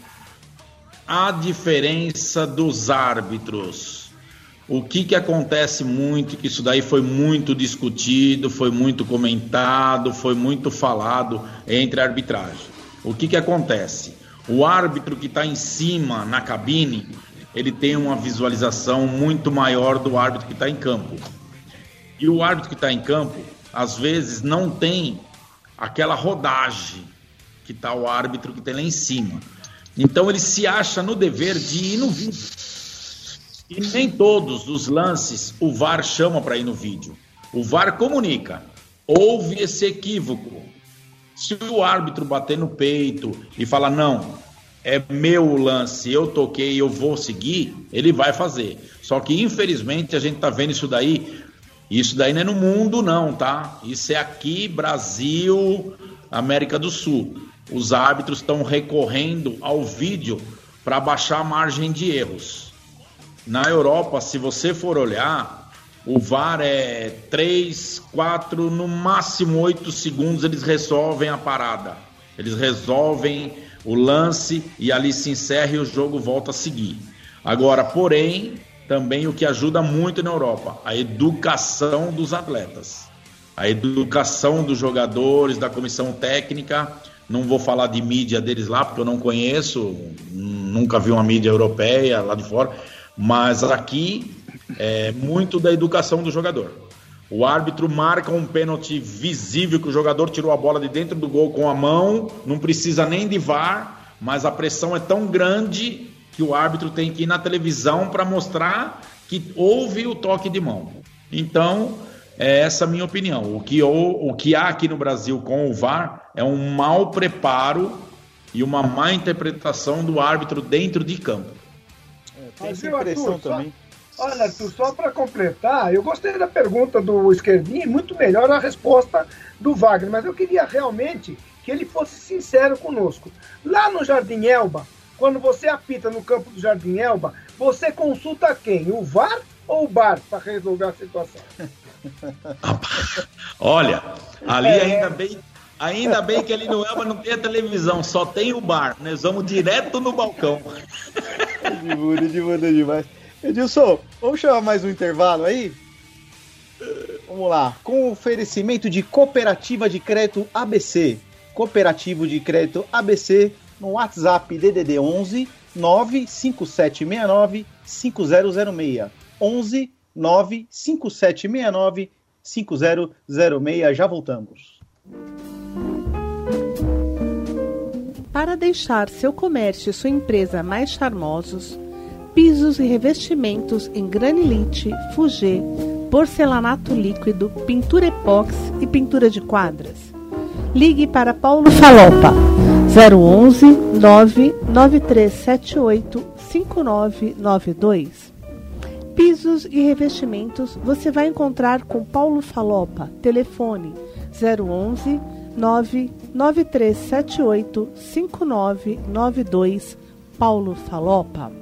a diferença dos árbitros. O que que acontece muito, que isso daí foi muito discutido, foi muito comentado, foi muito falado entre a arbitragem. O que que acontece? O árbitro que está em cima na cabine, ele tem uma visualização muito maior do árbitro que está em campo. E o árbitro que está em campo, às vezes, não tem aquela rodagem que está o árbitro que tem lá em cima. Então ele se acha no dever de ir no vídeo. E nem todos os lances o V A R chama para ir no vídeo. O V A R comunica. Houve esse equívoco. Se o árbitro bater no peito e falar, não, é meu lance, eu toquei, eu vou seguir, ele vai fazer. Só que, infelizmente, a gente tá vendo isso daí. Isso daí não é no mundo, não, tá? Isso é aqui, Brasil, América do Sul. Os árbitros estão recorrendo ao vídeo para baixar a margem de erros. Na Europa, se você for olhar, o V A R é três, quatro, no máximo oito segundos eles resolvem a parada. Eles resolvem o lance e ali se encerra e o jogo volta a seguir. Agora, porém, também o que ajuda muito na Europa, a educação dos atletas, a educação dos jogadores, da comissão técnica. Não vou falar de mídia deles lá, porque eu não conheço, nunca vi uma mídia europeia lá de fora, mas aqui é muito da educação do jogador. O árbitro marca um pênalti visível que o jogador tirou a bola de dentro do gol com a mão, não precisa nem de V A R, mas a pressão é tão grande que o árbitro tem que ir na televisão para mostrar que houve o toque de mão. Então, é essa a minha opinião. O que, o, o que há aqui no Brasil com o V A R é um mau preparo e uma má interpretação do árbitro dentro de campo. É, tem essa impressão também. Olha, Arthur, só para completar, eu gostei da pergunta do Esquerdinha e muito melhor a resposta do Wagner, mas eu queria realmente que ele fosse sincero conosco. Lá no Jardim Elba, quando você apita no campo do Jardim Elba, você consulta quem? O V A R ou o B A R para resolver a situação? Olha, ali ainda bem, ainda bem que ali no Elba não tem a televisão, só tem o bar. Nós vamos direto no balcão. De mundo, de mundo demais. Edilson, vamos chamar mais um intervalo aí? Vamos lá. Com oferecimento de Cooperativa de Crédito A B C. Cooperativo de Crédito A B C no WhatsApp D D D onze nove cinco sete seis nove cinco zero zero seis. onze nove cinco sete seis nove cinco zero zero seis. Já voltamos. Para deixar seu comércio e sua empresa mais charmosos, pisos e revestimentos em granilite, fugê, porcelanato líquido, pintura epóxi e pintura de quadras. Ligue para Paulo Falopa, zero onze nove nove três sete oito cinco nove nove dois. Pisos e revestimentos você vai encontrar com Paulo Falopa. Telefone zero onze nove nove três sete oito cinco nove nove dois. Paulo Falopa.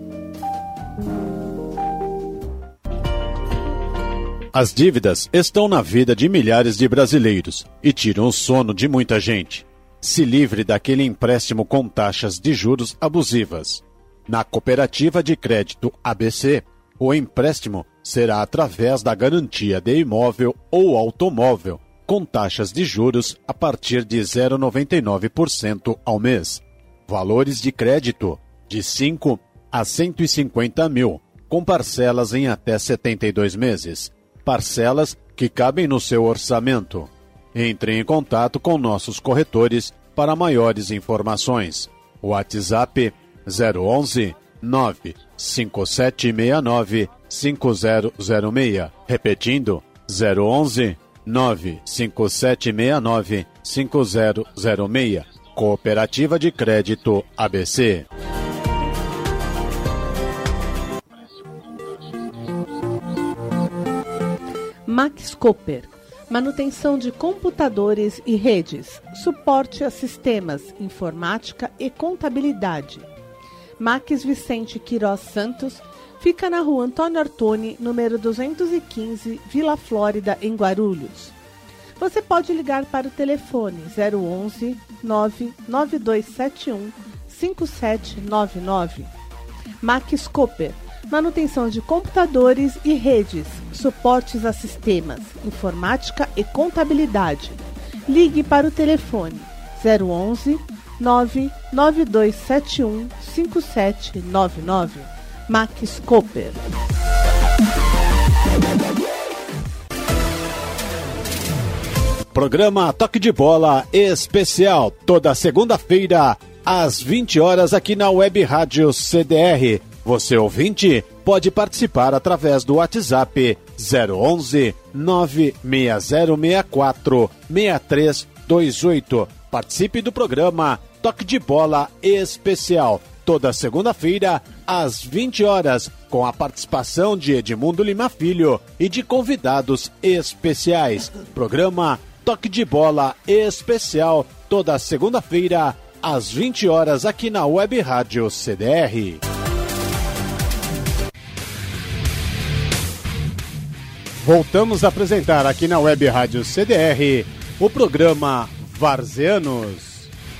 As dívidas estão na vida de milhares de brasileiros e tiram o sono de muita gente. Se livre daquele empréstimo com taxas de juros abusivas. Na Cooperativa de Crédito A B C, o empréstimo será através da garantia de imóvel ou automóvel, com taxas de juros a partir de zero vírgula noventa e nove por cento ao mês. Valores de crédito de cinco a cento e cinquenta mil, com parcelas em até setenta e dois meses. Parcelas que cabem no seu orçamento. Entre em contato com nossos corretores para maiores informações. WhatsApp zero onze nove cinco sete seis nove cinco zero zero seis. Repetindo, zero onze nove cinco sete seis nove cinco zero zero seis. Cooperativa de Crédito A B C. Max Cooper, manutenção de computadores e redes, suporte a sistemas, informática e contabilidade. Max Vicente Queiroz Santos fica na rua Antônio Artoni, número duzentos e quinze, Vila Flórida, em Guarulhos. Você pode ligar para o telefone zero onze nove nove dois sete um cinco sete nove nove. Max Cooper, manutenção de computadores e redes, suportes a sistemas, informática e contabilidade. Ligue para o telefone zero onze nove nove dois sete um cinco sete nove nove. Max Cooper. Programa Toque de Bola especial, toda segunda-feira, às vinte horas, aqui na Web Rádio C D R. Você, ouvinte, pode participar através do WhatsApp zero onze nove seis zero seis quatro seis três dois oito. Participe do programa Toque de Bola especial, toda segunda-feira, às vinte horas, com a participação de Edmundo Lima Filho e de convidados especiais. Programa Toque de Bola especial, toda segunda-feira, às vinte horas, aqui na Web Rádio C D R. Voltamos a apresentar aqui na Web Rádio C D R o programa Varzianos.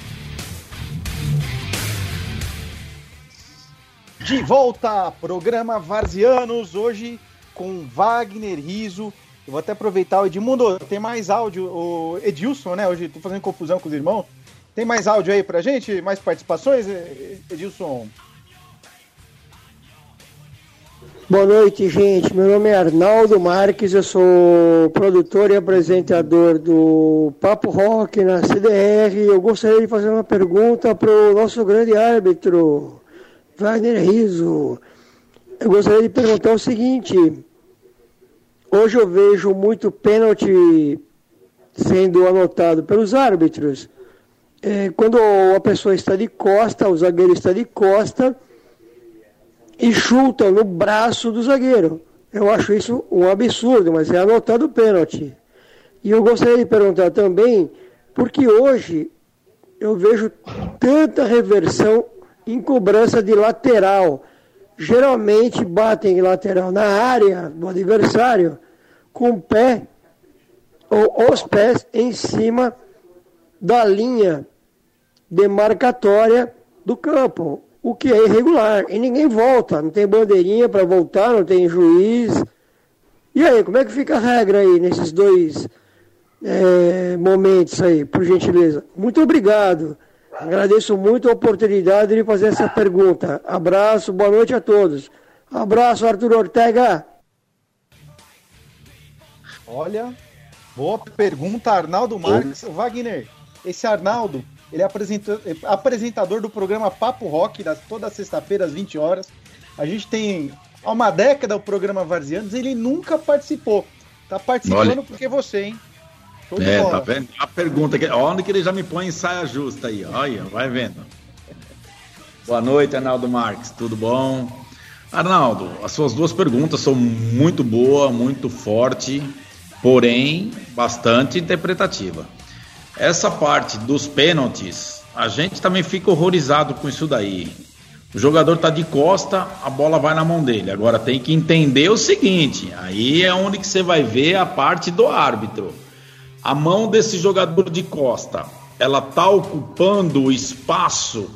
De volta, programa Varzianos, hoje com Wagner Rizzo. Eu vou até aproveitar o Edmundo, tem mais áudio, o Edilson, né? Hoje tô fazendo confusão com os irmãos. Tem mais áudio aí pra gente? Mais participações, Edilson? Boa noite, gente. Meu nome é Arnaldo Marques, eu sou produtor e apresentador do Papo Rock na C D R. Eu gostaria de fazer uma pergunta para o nosso grande árbitro, Wagner Rizzo. Eu gostaria de perguntar o seguinte: hoje eu vejo muito pênalti sendo anotado pelos árbitros. É, quando a pessoa está de costa, o zagueiro está de costa, e chutam no braço do zagueiro. Eu acho isso um absurdo, mas é anotado o pênalti. E eu gostaria de perguntar também, porque hoje eu vejo tanta reversão em cobrança de lateral. Geralmente batem em lateral na área do adversário, com o pé ou os pés em cima da linha demarcatória do campo, o que é irregular. E ninguém volta, não tem bandeirinha para voltar, não tem juiz. E aí, como é que fica a regra aí nesses dois é, momentos aí, por gentileza? Muito obrigado. Agradeço muito a oportunidade de fazer essa pergunta. Abraço, boa noite a todos. Abraço, Arthur Ortega. Olha, boa pergunta, Arnaldo Marques. Oh. Wagner, esse Arnaldo, ele é apresentador do programa Papo Rock, das, toda sexta-feira às vinte horas. A gente tem há uma década o programa Varzianos, ele nunca participou. Tá participando Olha. porque você, hein? Show é, tá vendo? A pergunta, que, onde que ele já me põe em saia justa aí, olha, vai vendo. Boa noite, Arnaldo Marques, tudo bom? Arnaldo, as suas duas perguntas são muito boas, muito forte, porém bastante interpretativa. Essa parte dos pênaltis, a gente também fica horrorizado com isso daí. O jogador tá de costa, a bola vai na mão dele. Agora tem que entender o seguinte, aí é onde que você vai ver a parte do árbitro. A mão desse jogador de costa, ela tá ocupando o espaço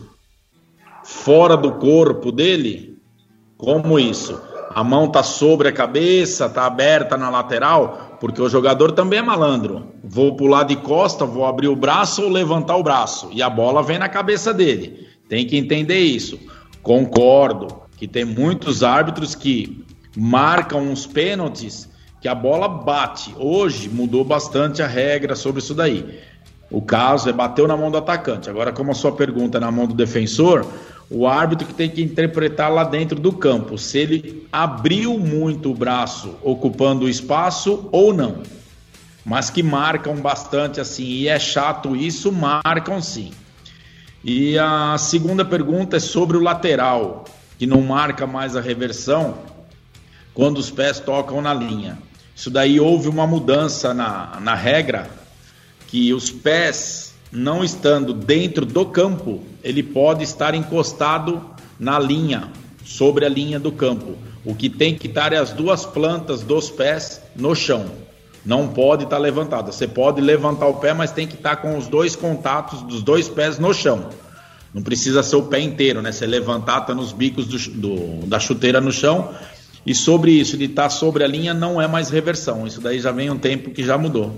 fora do corpo dele? Como isso? A mão tá sobre a cabeça, tá aberta na lateral? Porque o jogador também é malandro. Vou pular de costa, vou abrir o braço ou levantar o braço. E a bola vem na cabeça dele. Tem que entender isso. Concordo que tem muitos árbitros que marcam uns pênaltis que a bola bate. Hoje mudou bastante a regra sobre isso daí. O caso é bateu na mão do atacante. Agora, como a sua pergunta é na mão do defensor, o árbitro que tem que interpretar lá dentro do campo, se ele abriu muito o braço ocupando o espaço ou não. Mas que marcam bastante assim, e é chato isso, marcam sim. E a segunda pergunta é sobre o lateral, que não marca mais a reversão quando os pés tocam na linha. Isso daí houve uma mudança na, na regra, que os pés não estando dentro do campo, ele pode estar encostado na linha, sobre a linha do campo. O que tem que estar é as duas plantas dos pés no chão. Não pode estar levantada. Você pode levantar o pé, mas tem que estar com os dois contatos dos dois pés no chão. Não precisa ser o pé inteiro, né? Você levantar, tá nos bicos do, do, da chuteira no chão. E sobre isso, de estar sobre a linha, não é mais reversão. Isso daí já vem um tempo que já mudou.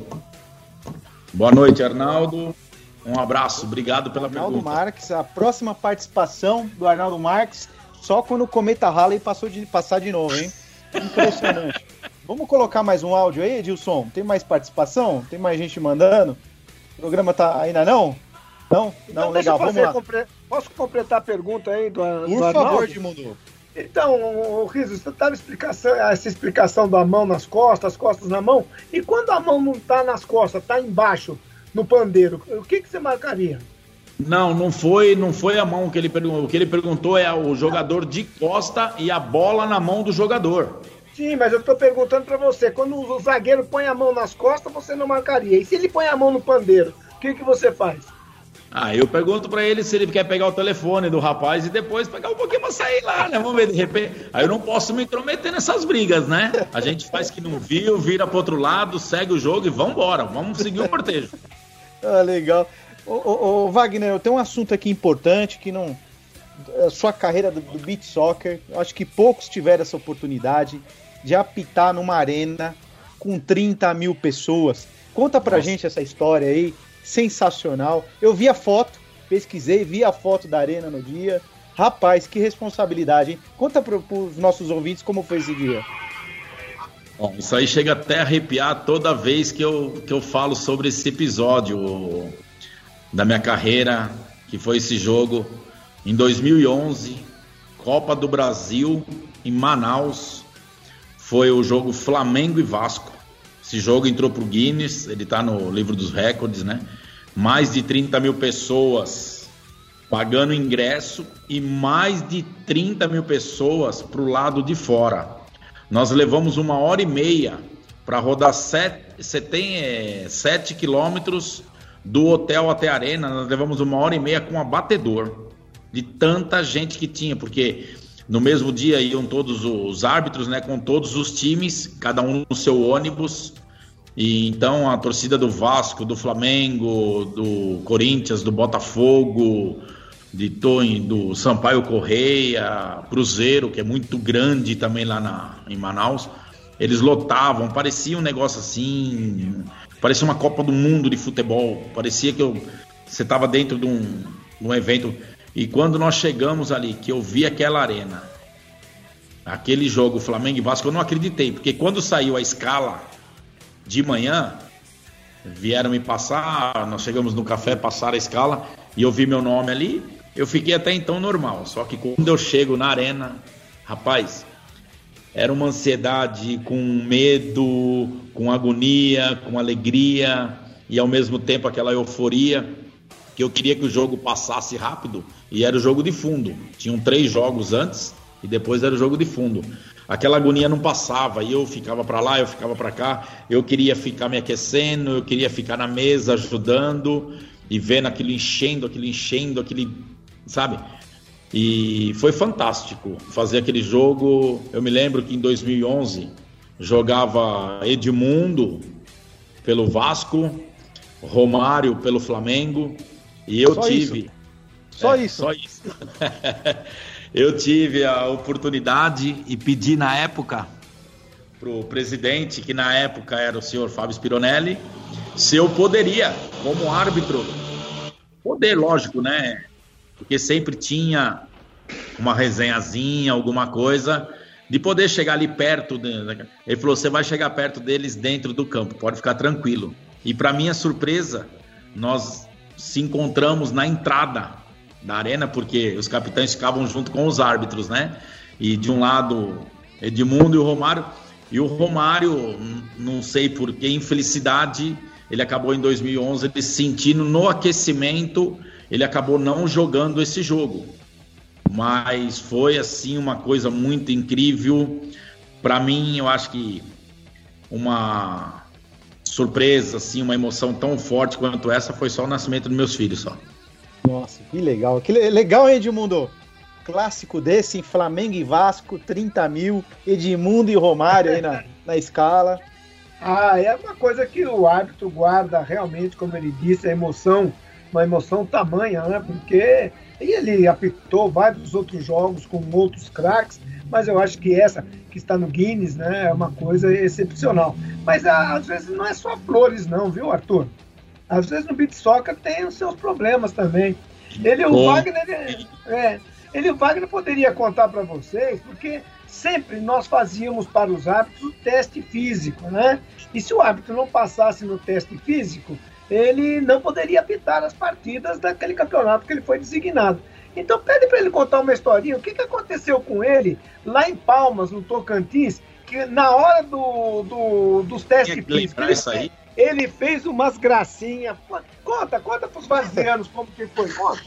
Boa noite, Arnaldo. Um abraço, obrigado pela Arnaldo pergunta. Arnaldo Marques, a próxima participação do Arnaldo Marques, só quando o Cometa Halley passou de passar de novo, hein? Impressionante. Vamos colocar mais um áudio aí, Edilson? Tem mais participação? Tem mais gente mandando? O programa tá ainda não? Não? Não, então, legal, vamos lá. Compre... Posso completar a pergunta aí do, Por do favor, Arnaldo? Edmundo. Então, o Riso, você estava explicando essa explicação da mão nas costas, as costas na mão, e quando a mão não está nas costas, está embaixo, no pandeiro, o que, que você marcaria? Não, não foi, não foi a mão que ele perguntou. O que ele perguntou é o jogador de costa e a bola na mão do jogador. Sim, mas eu estou perguntando para você, quando o zagueiro põe a mão nas costas, você não marcaria. E se ele põe a mão no pandeiro, o que, que você faz? Ah, eu pergunto pra ele se ele quer pegar o telefone do rapaz e depois pegar um pouquinho pra sair lá, né? Vamos ver, de repente. Aí eu não posso me intrometer nessas brigas, né? A gente faz que não viu, vira pro outro lado, segue o jogo e vambora. Vamos seguir o cortejo. Ah, legal. Ô, ô, ô, Wagner, eu tenho um assunto aqui importante que não... A sua carreira do, do beach soccer, eu acho que poucos tiveram essa oportunidade de apitar numa arena com trinta mil pessoas. Conta pra Nossa. gente essa história aí. Sensacional. Eu vi a foto, pesquisei, vi a foto da arena no dia. Rapaz, que responsabilidade, hein? Conta para os nossos ouvintes como foi esse dia. Bom, isso aí chega até a arrepiar toda vez que eu, que eu falo sobre esse episódio da minha carreira, que foi esse jogo em dois mil e onze, Copa do Brasil, em Manaus. Foi o jogo Flamengo e Vasco. Esse jogo entrou pro Guinness, ele tá no livro dos recordes, né? Mais de trinta mil pessoas pagando ingresso e mais de trinta mil pessoas pro lado de fora. Nós levamos uma hora e meia para rodar sete, você tem é, sete quilômetros do hotel até a arena. Nós levamos uma hora e meia com abatedor de tanta gente que tinha, porque No mesmo dia iam todos os árbitros, né, com todos os times, cada um no seu ônibus. E então a torcida do Vasco, do Flamengo, do Corinthians, do Botafogo, de Tony, do Sampaio Correia, Cruzeiro, que é muito grande também lá na, em Manaus, eles lotavam, parecia um negócio assim, parecia uma Copa do Mundo de futebol, parecia que eu, você estava dentro de um, de um evento. E quando nós chegamos ali, que eu vi aquela arena, aquele jogo Flamengo e Vasco, eu não acreditei, porque quando saiu a escala de manhã, vieram me passar, nós chegamos no café, passaram a escala, e eu vi meu nome ali, eu fiquei até então normal, só que quando eu chego na arena, rapaz, era uma ansiedade com medo, com agonia, com alegria, e ao mesmo tempo aquela euforia, que eu queria que o jogo passasse rápido, e era o jogo de fundo. Tinham três jogos antes, e depois era o jogo de fundo. Aquela agonia não passava, e eu ficava para lá, eu ficava para cá, eu queria ficar me aquecendo, eu queria ficar na mesa ajudando, e vendo aquilo enchendo, aquilo enchendo, aquele, sabe? E foi fantástico fazer aquele jogo. Eu me lembro que em dois mil e onze jogava Edmundo pelo Vasco, Romário pelo Flamengo, e eu Só tive... Isso. Só é, isso? Só isso. Eu tive a oportunidade e pedi na época pro presidente, que na época era o senhor Fábio Spironelli, se eu poderia, como árbitro, poder, lógico, né? Porque sempre tinha uma resenhazinha, alguma coisa, de poder chegar ali perto. De... Ele falou, você vai chegar perto deles dentro do campo, pode ficar tranquilo. E para minha surpresa, nós se encontramos na entrada da arena, porque os capitães ficavam junto com os árbitros, né? E de um lado, Edmundo e o Romário. E o Romário, não sei por que infelicidade, ele acabou em dois mil e onze ele sentindo no aquecimento, ele acabou não jogando esse jogo. Mas foi assim uma coisa muito incrível. Para mim, eu acho que uma surpresa, assim, uma emoção tão forte quanto essa foi só o nascimento dos meus filhos, só. Nossa, que legal. Que le- legal, hein, Edmundo? Clássico desse, em Flamengo e Vasco, trinta mil, Edmundo e Romário aí na, na escala. Ah, é uma coisa que o árbitro guarda realmente, como ele disse, a emoção, uma emoção tamanha, né? Porque ele apitou vários outros jogos com outros craques, mas eu acho que essa que está no Guinness, né, é uma coisa excepcional. Mas às vezes não é só flores não, viu, Arthur? Às vezes no beat soccer tem os seus problemas também. Ele e o Bom. Wagner, é, ele e o Wagner poderia contar para vocês, porque sempre nós fazíamos para os árbitros o teste físico, né? E se o árbitro não passasse no teste físico, ele não poderia apitar as partidas daquele campeonato que ele foi designado. Então pede para ele contar uma historinha, o que, que aconteceu com ele lá em Palmas, no Tocantins, que na hora do, do, dos testes físicos, ele, isso aí. ele fez umas gracinhas. Conta, conta para os vazianos como que foi, conta.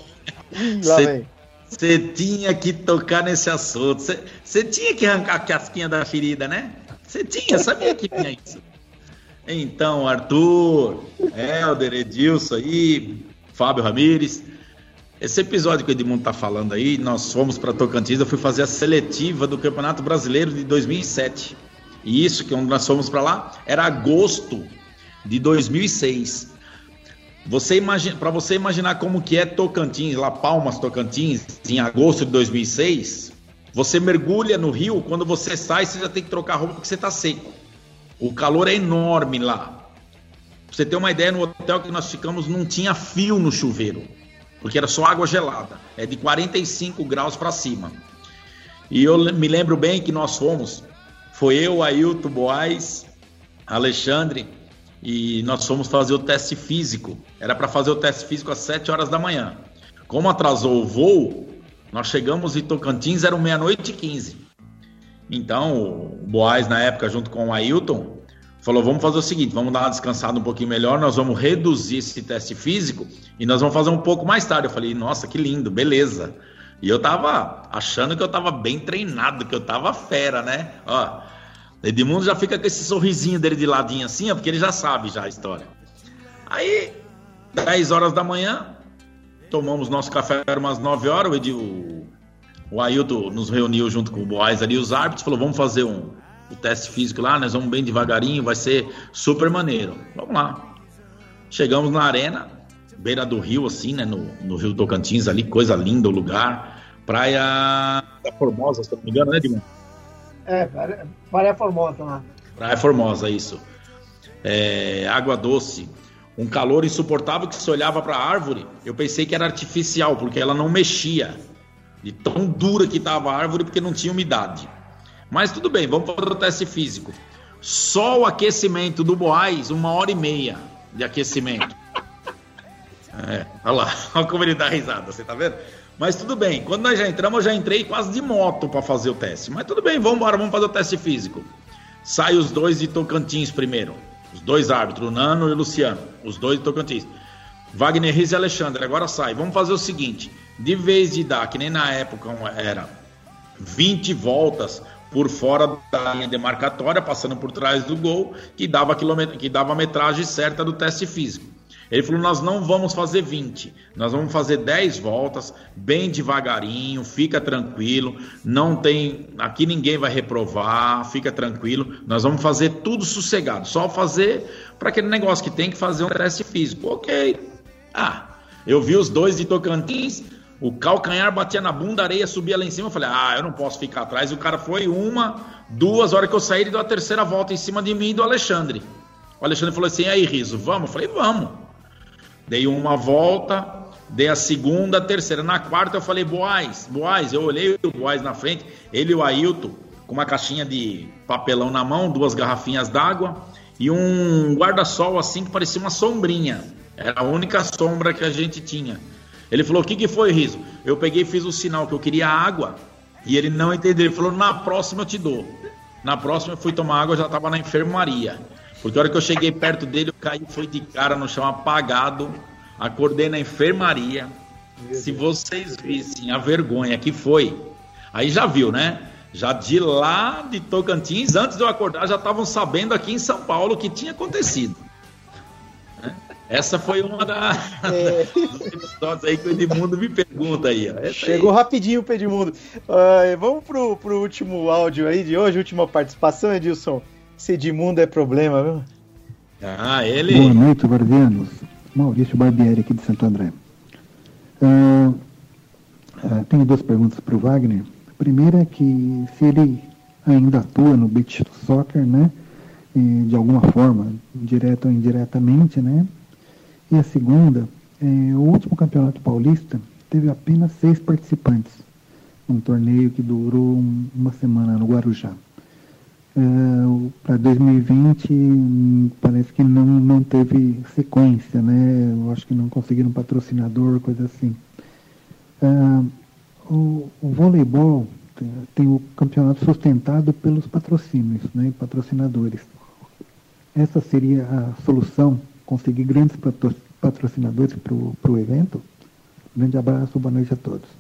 Você tinha que tocar nesse assunto, você tinha que arrancar a casquinha da ferida, né? Você tinha, sabia que tinha isso. Então, Arthur, Helder, Edilson aí, Fábio Ramires, esse episódio que o Edmundo tá falando aí, nós fomos para Tocantins, eu fui fazer a seletiva do Campeonato Brasileiro de dois mil e sete. E isso, que quando nós fomos para lá, era agosto de dois mil e seis. Você imagina, para você imaginar como que é Tocantins, lá Palmas, Tocantins, em agosto de dois mil e seis, você mergulha no rio, quando você sai, você já tem que trocar a roupa porque você tá seco. O calor é enorme lá. Pra você ter uma ideia, no hotel que nós ficamos não tinha fio no chuveiro, porque era só água gelada. É de quarenta e cinco graus para cima. E eu me lembro bem que nós fomos, foi eu, Ailton, Boaz, Alexandre, e nós fomos fazer o teste físico. Era para fazer o teste físico às sete horas da manhã. Como atrasou o voo, nós chegamos em Tocantins, eram meia-noite e quinze. Então, o Boaz, na época, junto com o Ailton, falou, vamos fazer o seguinte, vamos dar uma descansada um pouquinho melhor, nós vamos reduzir esse teste físico e nós vamos fazer um pouco mais tarde. Eu falei, nossa, que lindo, beleza. E eu tava achando que eu tava bem treinado, que eu tava fera, né? Ó, Edmundo já fica com esse sorrisinho dele de ladinho assim, ó, porque ele já sabe já a história. Aí, dez horas da manhã, tomamos nosso café, era umas nove horas, o, Ed, o o Ailton nos reuniu junto com o Boaz ali, os árbitros, falou, vamos fazer um, um teste físico lá, nós vamos bem devagarinho, vai ser super maneiro. Vamos lá. Chegamos na arena, beira do rio, assim, né, no, no Rio Tocantins ali, coisa linda o lugar, praia da Formosa, se não me engano, né, Dimon? É, Praia Formosa lá. Praia Formosa, isso. É, água doce, um calor insuportável que se olhava para a árvore, eu pensei que era artificial, porque ela não mexia, de tão dura que estava a árvore, porque não tinha umidade. Mas tudo bem, vamos fazer o teste físico. Só o aquecimento do Boaz, uma hora e meia de aquecimento. É, olha lá, olha como ele dá risada, você tá vendo? Mas tudo bem, quando nós já entramos, eu já entrei quase de moto para fazer o teste. Mas tudo bem, vamos embora, vamos fazer o teste físico. Sai os dois de Tocantins primeiro. Os dois árbitros, o Nano e o Luciano. Os dois de Tocantins. Wagner Riz e Alexandre, agora sai. Vamos fazer o seguinte, de vez de dar, que nem na época era vinte voltas por fora da linha demarcatória, passando por trás do gol, que dava, quilômetro, que dava a metragem certa do teste físico. Ele falou, nós não vamos fazer vinte, nós vamos fazer dez voltas, bem devagarinho, fica tranquilo, não tem, aqui ninguém vai reprovar, fica tranquilo, nós vamos fazer tudo sossegado, só fazer para aquele negócio que tem que fazer um teste físico. Ok. Ah, eu vi os dois de Tocantins, o calcanhar batia na bunda, a areia subia lá em cima, eu falei, ah, eu não posso ficar atrás, o cara foi uma, duas, a hora que eu saí, ele deu a terceira volta em cima de mim e do Alexandre. O Alexandre falou assim, aí Riso, vamos? Eu falei, vamos. Dei uma volta, dei a segunda, a terceira. Na quarta eu falei, Boaz, Boaz, eu olhei o Boaz na frente, ele e o Ailton, com uma caixinha de papelão na mão, duas garrafinhas d'água e um guarda-sol assim que parecia uma sombrinha. Era a única sombra que a gente tinha. Ele falou, o que, que foi, Riso? Eu peguei e fiz o sinal que eu queria água e ele não entendeu. Ele falou, na próxima eu te dou. Na próxima eu fui tomar água, eu já estava na enfermaria. Porque a hora que eu cheguei perto dele, eu caí, foi de cara no chão apagado, acordei na enfermaria. Se vocês vissem a vergonha que foi, aí já viu, né? Já de lá de Tocantins, antes de eu acordar, já estavam sabendo aqui em São Paulo o que tinha acontecido. Essa foi uma da, é. dos episódios aí que o Edmundo me pergunta aí. Ó. Chegou aí. Rapidinho o Edmundo. Uh, vamos pro, pro último áudio aí de hoje, última participação, Edilson. Esse Edmundo é problema, viu? Ah, ele... Boa noite, Varzianos. Maurício Barbieri aqui de Santo André. Uh, uh, tenho duas perguntas para o Wagner. A primeira é que se ele ainda atua no beach soccer, né? E de alguma forma, direta ou indiretamente, né? E a segunda, é, o último campeonato paulista teve apenas seis participantes. Um torneio que durou um, uma semana no Guarujá. Uh, para dois mil e vinte hum, parece que não, não teve sequência, né? Eu acho que não conseguiram patrocinador, coisa assim. Uh, o, o voleibol tem, tem o campeonato sustentado pelos patrocínios, né? Patrocinadores. Essa seria a solução, conseguir grandes patro, patrocinadores para o evento? Grande abraço, boa noite a todos.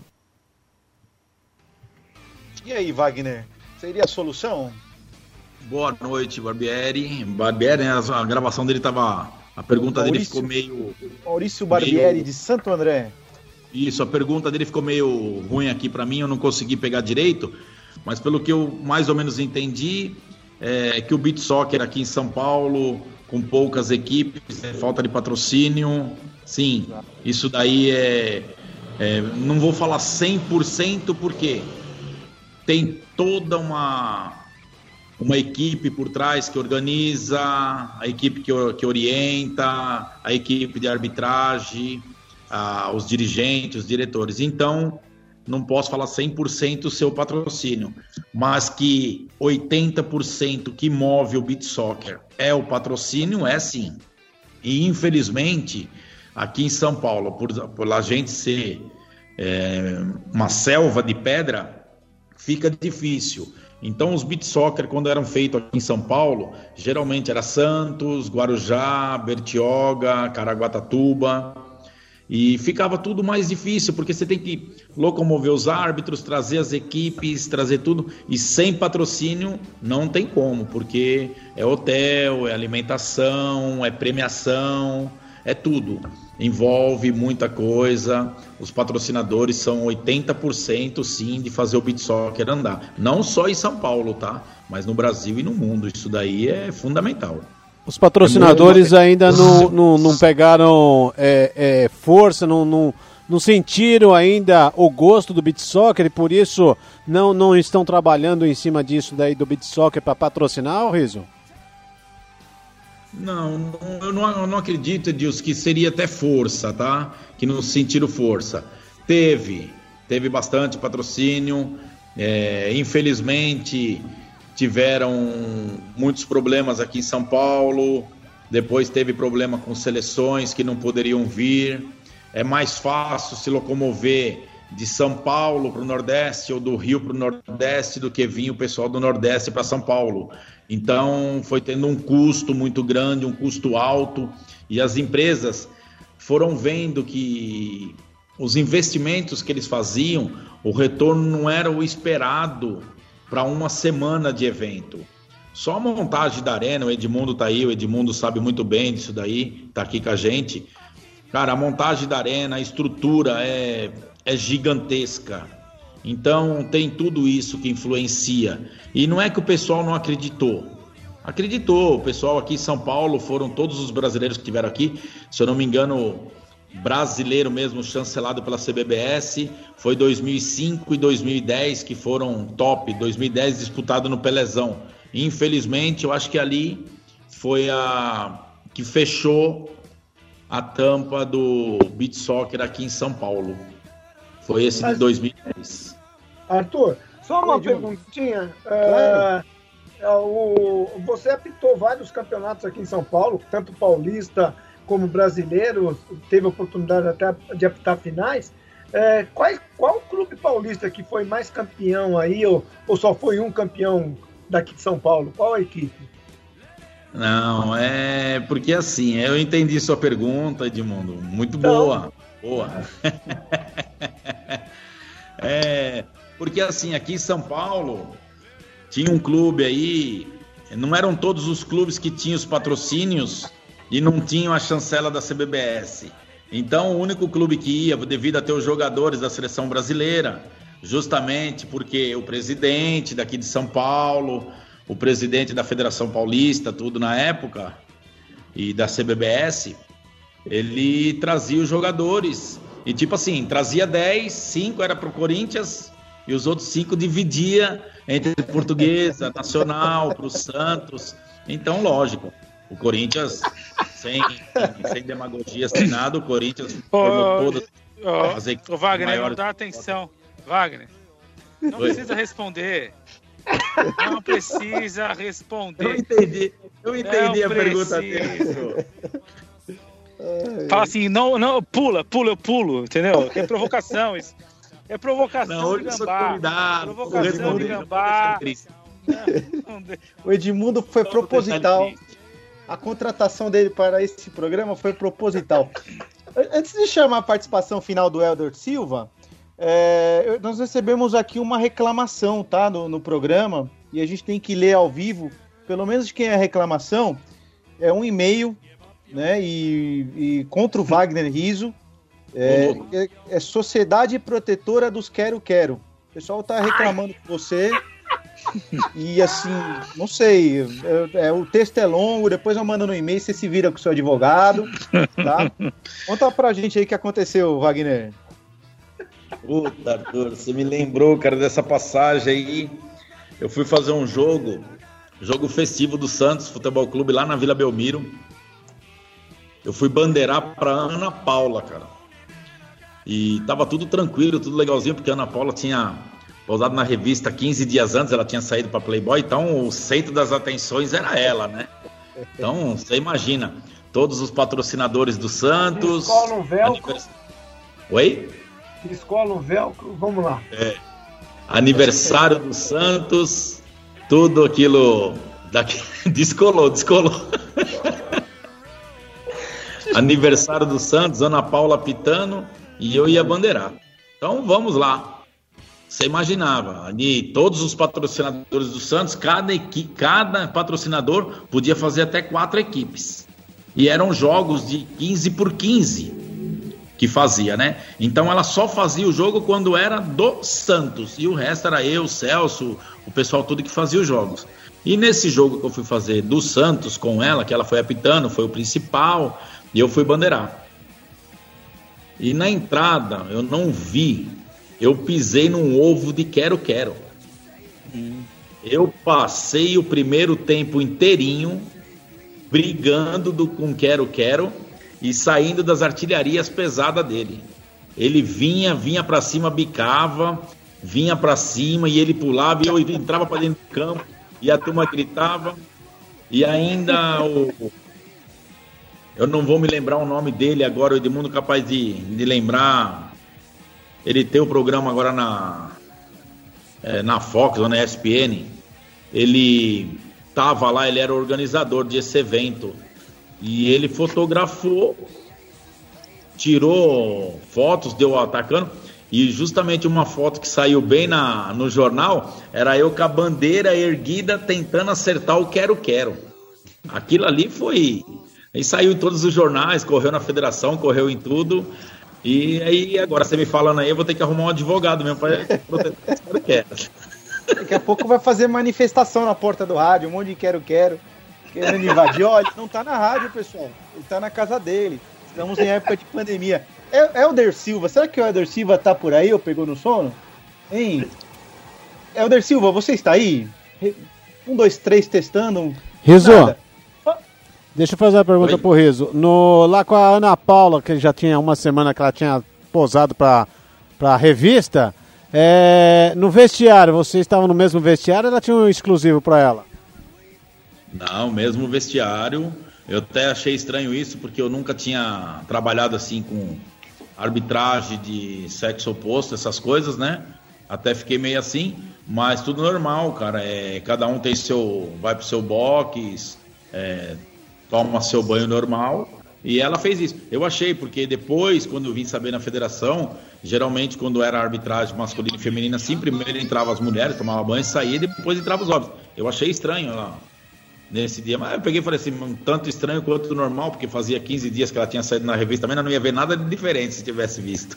E aí, Wagner, seria a solução? Boa noite, Barbieri. Barbieri, né, a gravação dele estava... A pergunta Maurício, dele ficou meio... Maurício Barbieri, meio, de Santo André. Isso, a pergunta dele ficou meio ruim aqui para mim, eu não consegui pegar direito, mas pelo que eu mais ou menos entendi, é que o beach soccer aqui em São Paulo, com poucas equipes, é, falta de patrocínio, sim, isso daí é... é não vou falar cem por cento porque tem toda uma... uma equipe por trás que organiza, a equipe que, que orienta, a equipe de arbitragem, a, os dirigentes, os diretores. Então, não posso falar cem por cento o seu patrocínio, mas que oitenta por cento que move o beach soccer é o patrocínio, é sim. E, infelizmente, aqui em São Paulo, por, por a gente ser é, uma selva de pedra, fica difícil. Então os beach soccer, quando eram feitos aqui em São Paulo, geralmente era Santos, Guarujá, Bertioga, Caraguatatuba, e ficava tudo mais difícil, porque você tem que locomover os árbitros, trazer as equipes, trazer tudo, e sem patrocínio não tem como, porque é hotel, é alimentação, é premiação, é tudo. Envolve muita coisa. Os patrocinadores são oitenta por cento sim de fazer o beach soccer andar. Não só em São Paulo, tá? Mas no Brasil e no mundo. Isso daí é fundamental. Os patrocinadores ainda não, não, não pegaram é, é, força, não, não, não sentiram ainda o gosto do beach soccer e por isso não, não estão trabalhando em cima disso daí do beach soccer para patrocinar, Rizzo? Não, eu não, eu não acredito, Edilson, que seria até força, tá? Que não sentiram força. Teve, teve bastante patrocínio, é, infelizmente tiveram muitos problemas aqui em São Paulo, depois teve problema com seleções que não poderiam vir. É mais fácil se locomover de São Paulo para o Nordeste ou do Rio para o Nordeste do que vir o pessoal do Nordeste para São Paulo. Então foi tendo um custo muito grande, um custo alto, e as empresas foram vendo que os investimentos que eles faziam, o retorno não era o esperado para uma semana de evento. Só a montagem da arena, o Edmundo tá aí, o Edmundo sabe muito bem disso daí, tá aqui com a gente. Cara, a montagem da arena, a estrutura é, é gigantesca. Então tem tudo isso que influencia. E não é que o pessoal não acreditou. Acreditou. O pessoal aqui em São Paulo, foram todos os brasileiros que estiveram aqui. Se eu não me engano, brasileiro mesmo chancelado pela C B B S, foi dois mil e cinco e dois mil e dez que foram top. dois mil e dez disputado no Pelezão. Infelizmente, eu acho que ali foi a que fechou a tampa do beach soccer aqui em São Paulo. Foi esse de dois mil e dez. Arthur, só uma Oi, perguntinha. Claro. É, é, o, você apitou vários campeonatos aqui em São Paulo, tanto paulista como brasileiro, teve a oportunidade até de apitar finais. É, qual, qual clube paulista que foi mais campeão aí, ou, ou só foi um campeão daqui de São Paulo? Qual a equipe? Não, é porque assim, eu entendi sua pergunta, Edmundo, muito Então, boa, boa. É, porque assim, aqui em São Paulo, tinha um clube aí, não eram todos os clubes que tinham os patrocínios e não tinham a chancela da C B B S. Então, o único clube que ia, devido a ter os jogadores da seleção brasileira, justamente porque o presidente daqui de São Paulo, o presidente da Federação Paulista, tudo na época, e da C B B S, ele trazia os jogadores. E tipo assim, trazia dez, cinco era pro Corinthians e os outros cinco dividia entre Portuguesa, Nacional, pro Santos. Então, lógico, o Corinthians, sem, sem demagogia, sem nada, o Corinthians formou todas as equipes. Ô, Wagner, maiores. não dá atenção. Wagner, não Oi. precisa responder. Não precisa responder. Eu entendi, eu entendi Não a pergunta precisa. dele. Fala assim, não, não, pula, pula, eu pulo, entendeu? É provocação isso. É provocação Não, hoje de eu sou gambá. convidado, Provocação vou de responder, gambá. não Não, não, O Edmundo foi Só proposital. deixar ele A contratação dele para esse programa foi proposital. Antes de chamar a participação final do Helder Silva, é, nós recebemos aqui uma reclamação, tá, no, no programa, e a gente tem que ler ao vivo, pelo menos de quem é a reclamação, é um e-mail, né, e, e contra o Wagner Rizzo, é, é, é Sociedade Protetora dos Quero Quero. O pessoal tá reclamando com você. E assim, não sei, é, é, o texto é longo, depois eu mando no e-mail, você se vira com o seu advogado, tá? Conta pra gente aí o que aconteceu, Wagner. Puta, Arthur, você me lembrou, cara, dessa passagem aí. Eu fui fazer um jogo, jogo festivo do Santos Futebol Clube lá na Vila Belmiro. Eu fui bandeirar pra Ana Paula, cara. E tava tudo tranquilo, tudo legalzinho, porque a Ana Paula tinha pousado na revista quinze dias antes, ela tinha saído pra Playboy, então o centro das atenções era ela, né? Então, você imagina, todos os patrocinadores do Santos... Escola um velcro. Anivers... Oi? Escola um velcro, vamos lá. É, aniversário do Santos, tudo aquilo... Daqui... Descolou, descolou. Aniversário do Santos, Ana Paula pitando, e eu ia bandeirar. Então, vamos lá. Você imaginava, ali todos os patrocinadores do Santos, cada, equi- cada patrocinador podia fazer até quatro equipes. E eram jogos de quinze por quinze que fazia, né? Então ela só fazia o jogo quando era do Santos. E o resto era eu, Celso, o pessoal todo que fazia os jogos. E nesse jogo que eu fui fazer do Santos com ela, que ela foi apitando, foi o principal, e eu fui bandeirar. E na entrada, eu não vi, eu pisei num ovo de quero-quero. Hum. Eu passei o primeiro tempo inteirinho brigando do, com quero-quero e saindo das artilharias pesadas dele. Ele vinha, vinha pra cima, bicava, vinha pra cima e ele pulava e eu entrava pra dentro do campo e a turma gritava. E ainda o... eu não vou me lembrar o nome dele agora, o Edmundo capaz de, de lembrar. Ele tem o programa agora na, é, na Fox ou na E S P N. Ele tava lá, ele era organizador desse evento. E ele fotografou, tirou fotos, deu atacando. E justamente uma foto que saiu bem na, no jornal era eu com a bandeira erguida tentando acertar o quero-quero. Aquilo ali foi... Aí saiu em todos os jornais, correu na federação, correu em tudo. E aí agora você me falando aí, eu vou ter que arrumar um advogado mesmo para proteger esse quero-quero. Daqui a pouco vai fazer manifestação na porta do rádio, um monte de quero-quero querendo invadir. Olha, ele não tá na rádio, pessoal. Ele tá na casa dele. Estamos em época de pandemia. É, Helder Silva, será que o Helder Silva tá por aí ou pegou no sono? Hein? Helder Silva, você está aí? Um, dois, três, testando. Riso, deixa eu fazer uma pergunta Oi? pro Riso. No, lá com a Ana Paula, que já tinha uma semana que ela tinha posado pra, pra revista, é, no vestiário, vocês estavam no mesmo vestiário ou ela tinha um exclusivo pra ela? Não, mesmo vestiário. Eu até achei estranho isso, porque eu nunca tinha trabalhado assim com arbitragem de sexo oposto, essas coisas, né? Até fiquei meio assim, mas tudo normal, cara. É, cada um tem seu, vai pro seu box, é, toma seu banho normal. E ela fez isso. Eu achei, porque depois, quando eu vim saber na federação, geralmente quando era arbitragem masculina e feminina, assim, primeiro entrava as mulheres, tomava banho, saía e depois entrava os homens. Eu achei estranho lá. Nesse dia, mas eu peguei e falei assim, tanto estranho quanto normal, porque fazia quinze dias que ela tinha saído na revista também, ela não ia ver nada de diferente se tivesse visto.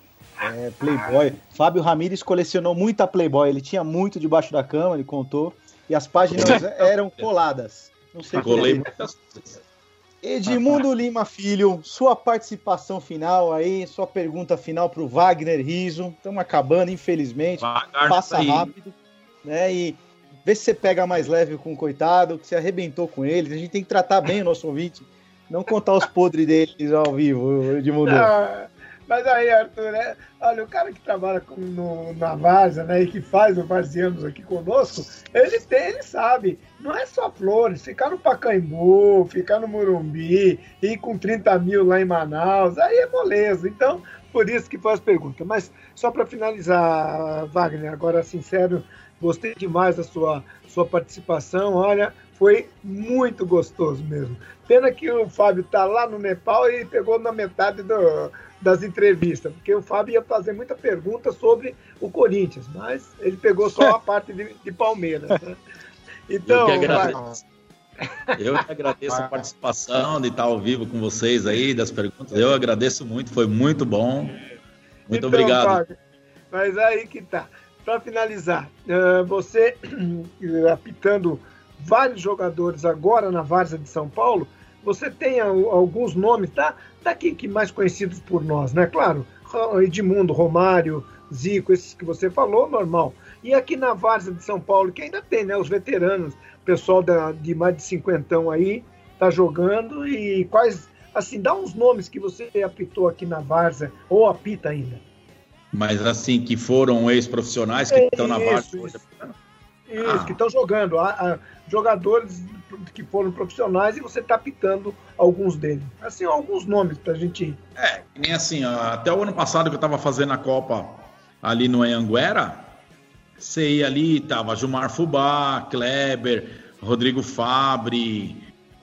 É, Playboy. Fábio Ramírez colecionou muita Playboy, ele tinha muito debaixo da cama, ele contou, e as páginas eram coladas. Não sei Colei muitas coisas. Edmundo Lima Filho, sua participação final aí, sua pergunta final pro Wagner Riso. Estamos acabando, infelizmente. Vagar Passa rápido, né? E vê se você pega mais leve com o coitado, que você arrebentou com ele. A gente tem que tratar bem o nosso ouvinte, não contar os podres deles ao vivo, Edmundo. Não, mas aí, Arthur, né? Olha, o cara que trabalha com, no, na Várzea, né, e que faz o Varzianos aqui conosco, ele tem, ele sabe, não é só flores, ficar no Pacaembu, ficar no Morumbi, ir com trinta mil lá em Manaus, aí é moleza. Então, por isso que faz pergunta. Mas só para finalizar, Wagner, agora sincero, gostei demais da sua, sua participação, olha, foi muito gostoso mesmo. Pena que o Fábio tá lá no Nepal e pegou na metade do, das entrevistas, porque o Fábio ia fazer muita pergunta sobre o Corinthians, mas ele pegou só a parte de, de Palmeiras. Né? Então, eu que agradeço, eu que agradeço a participação, de estar ao vivo com vocês aí, das perguntas, eu agradeço muito, foi muito bom, muito então, obrigado. Fábio, mas aí que tá. Para finalizar, você apitando vários jogadores agora na Várzea de São Paulo, você tem alguns nomes, tá? Daqui que mais conhecidos por nós, né? Claro, Edmundo, Romário, Zico, esses que você falou, normal. E aqui na Várzea de São Paulo, que ainda tem, né? Os veteranos, o pessoal da, de mais de cinquentão aí, tá jogando. E quais, assim, dá uns nomes que você apitou aqui na Várzea, ou apita ainda. Mas assim, que foram ex-profissionais que estão na Várzea hoje. Isso, ah. que estão jogando. Há, há jogadores que foram profissionais e você está pitando alguns deles. Assim, alguns nomes pra gente ir. É, nem assim, ó, até o ano passado que eu estava fazendo a Copa ali no Anhanguera, você ia ali, tava Gilmar Fubá, Kleber, Rodrigo Fabre,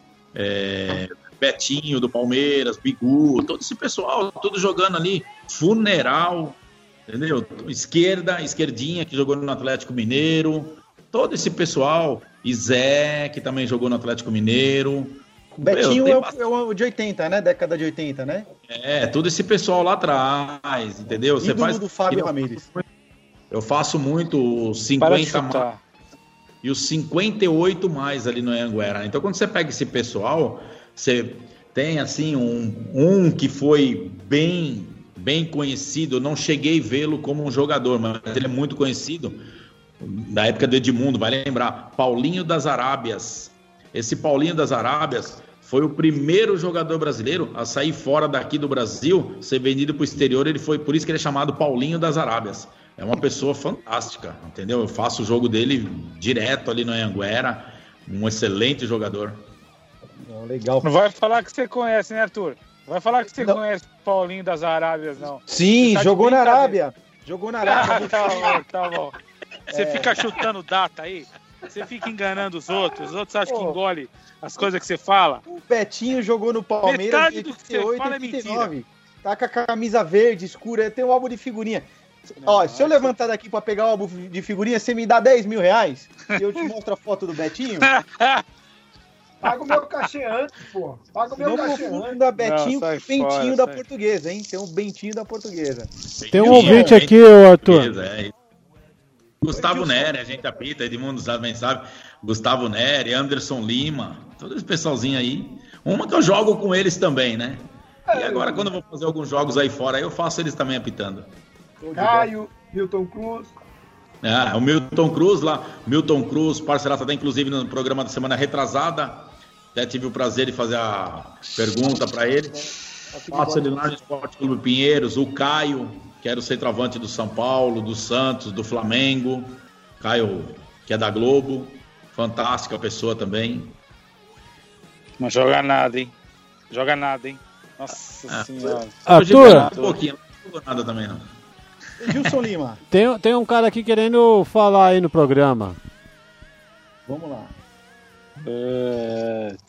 é, Betinho do Palmeiras, Bigu, todo esse pessoal, tudo jogando ali, Funeral, entendeu? Esquerda, esquerdinha, que jogou no Atlético Mineiro, todo esse pessoal, e Zé, que também jogou no Atlético Mineiro, O Betinho é o, é o de oitenta, né? Década de oitenta, né? É, todo esse pessoal lá atrás, entendeu? Você faz do Fábio Ramírez. Eu faço muito os cinquenta mais e os cinquenta e oito mais ali no Anhanguera. Então, quando você pega esse pessoal, você tem assim um, um que foi bem, bem conhecido. Eu não cheguei a vê-lo como um jogador, mas ele é muito conhecido. Da época do Edmundo, vai lembrar. Paulinho das Arábias. Esse Paulinho das Arábias foi o primeiro jogador brasileiro a sair fora daqui do Brasil, ser vendido para o exterior. Ele foi, por isso que ele é chamado Paulinho das Arábias. É uma pessoa fantástica, entendeu? Eu faço o jogo dele direto ali no Anhanguera. Um excelente jogador. Oh, legal. Não vai falar que você conhece, né, Arthur? Não vai falar que você não conhece o Paulinho das Arábias, não. Sim, tá jogou na Arábia. Jogou na Arábia. tá bom, tá bom. Você é. fica chutando data aí? Você fica enganando os outros? Os outros acham oh. que engole as coisas que você fala? O Betinho jogou no Palmeiras Metade do que você fala é mentira. Tá com a camisa verde escura, tem um álbum de figurinha. Não, Ó, se eu levantar daqui pra pegar o álbum de figurinha, você me dá dez mil reais e eu te mostro a foto do Betinho? Paga o meu cachê antes, pô. Paga o meu não cachê antes. Da Betinho com o Bentinho da Portuguesa, hein? Tem um Bentinho da Portuguesa. Tem um ouvinte aqui, ô Arthur. É. Gustavo Neri, a gente apita, Edmundo também sabe. Gustavo Neri, Anderson Lima, todo esse pessoalzinho aí. Uma que eu jogo com eles também, né? E agora, quando eu vou fazer alguns jogos aí fora, eu faço eles também apitando. Caio, Milton Cruz. Ah, o Milton Cruz lá. Milton Cruz, parceiraço, até inclusive no programa da semana retrasada. Até tive o prazer de fazer a pergunta para ele. Faço ele lá no Esporte Clube Pinheiros. O Caio, que era o centroavante do São Paulo, do Santos, do Flamengo. Caio, que é da Globo. Fantástica pessoa também. Não joga nada, hein? Joga nada, hein? Nossa ah, senhora. Arthur! Um pouquinho, não jogou nada também, não. Gilson Lima. Tem, tem um cara aqui querendo falar aí no programa. Vamos lá. Uh...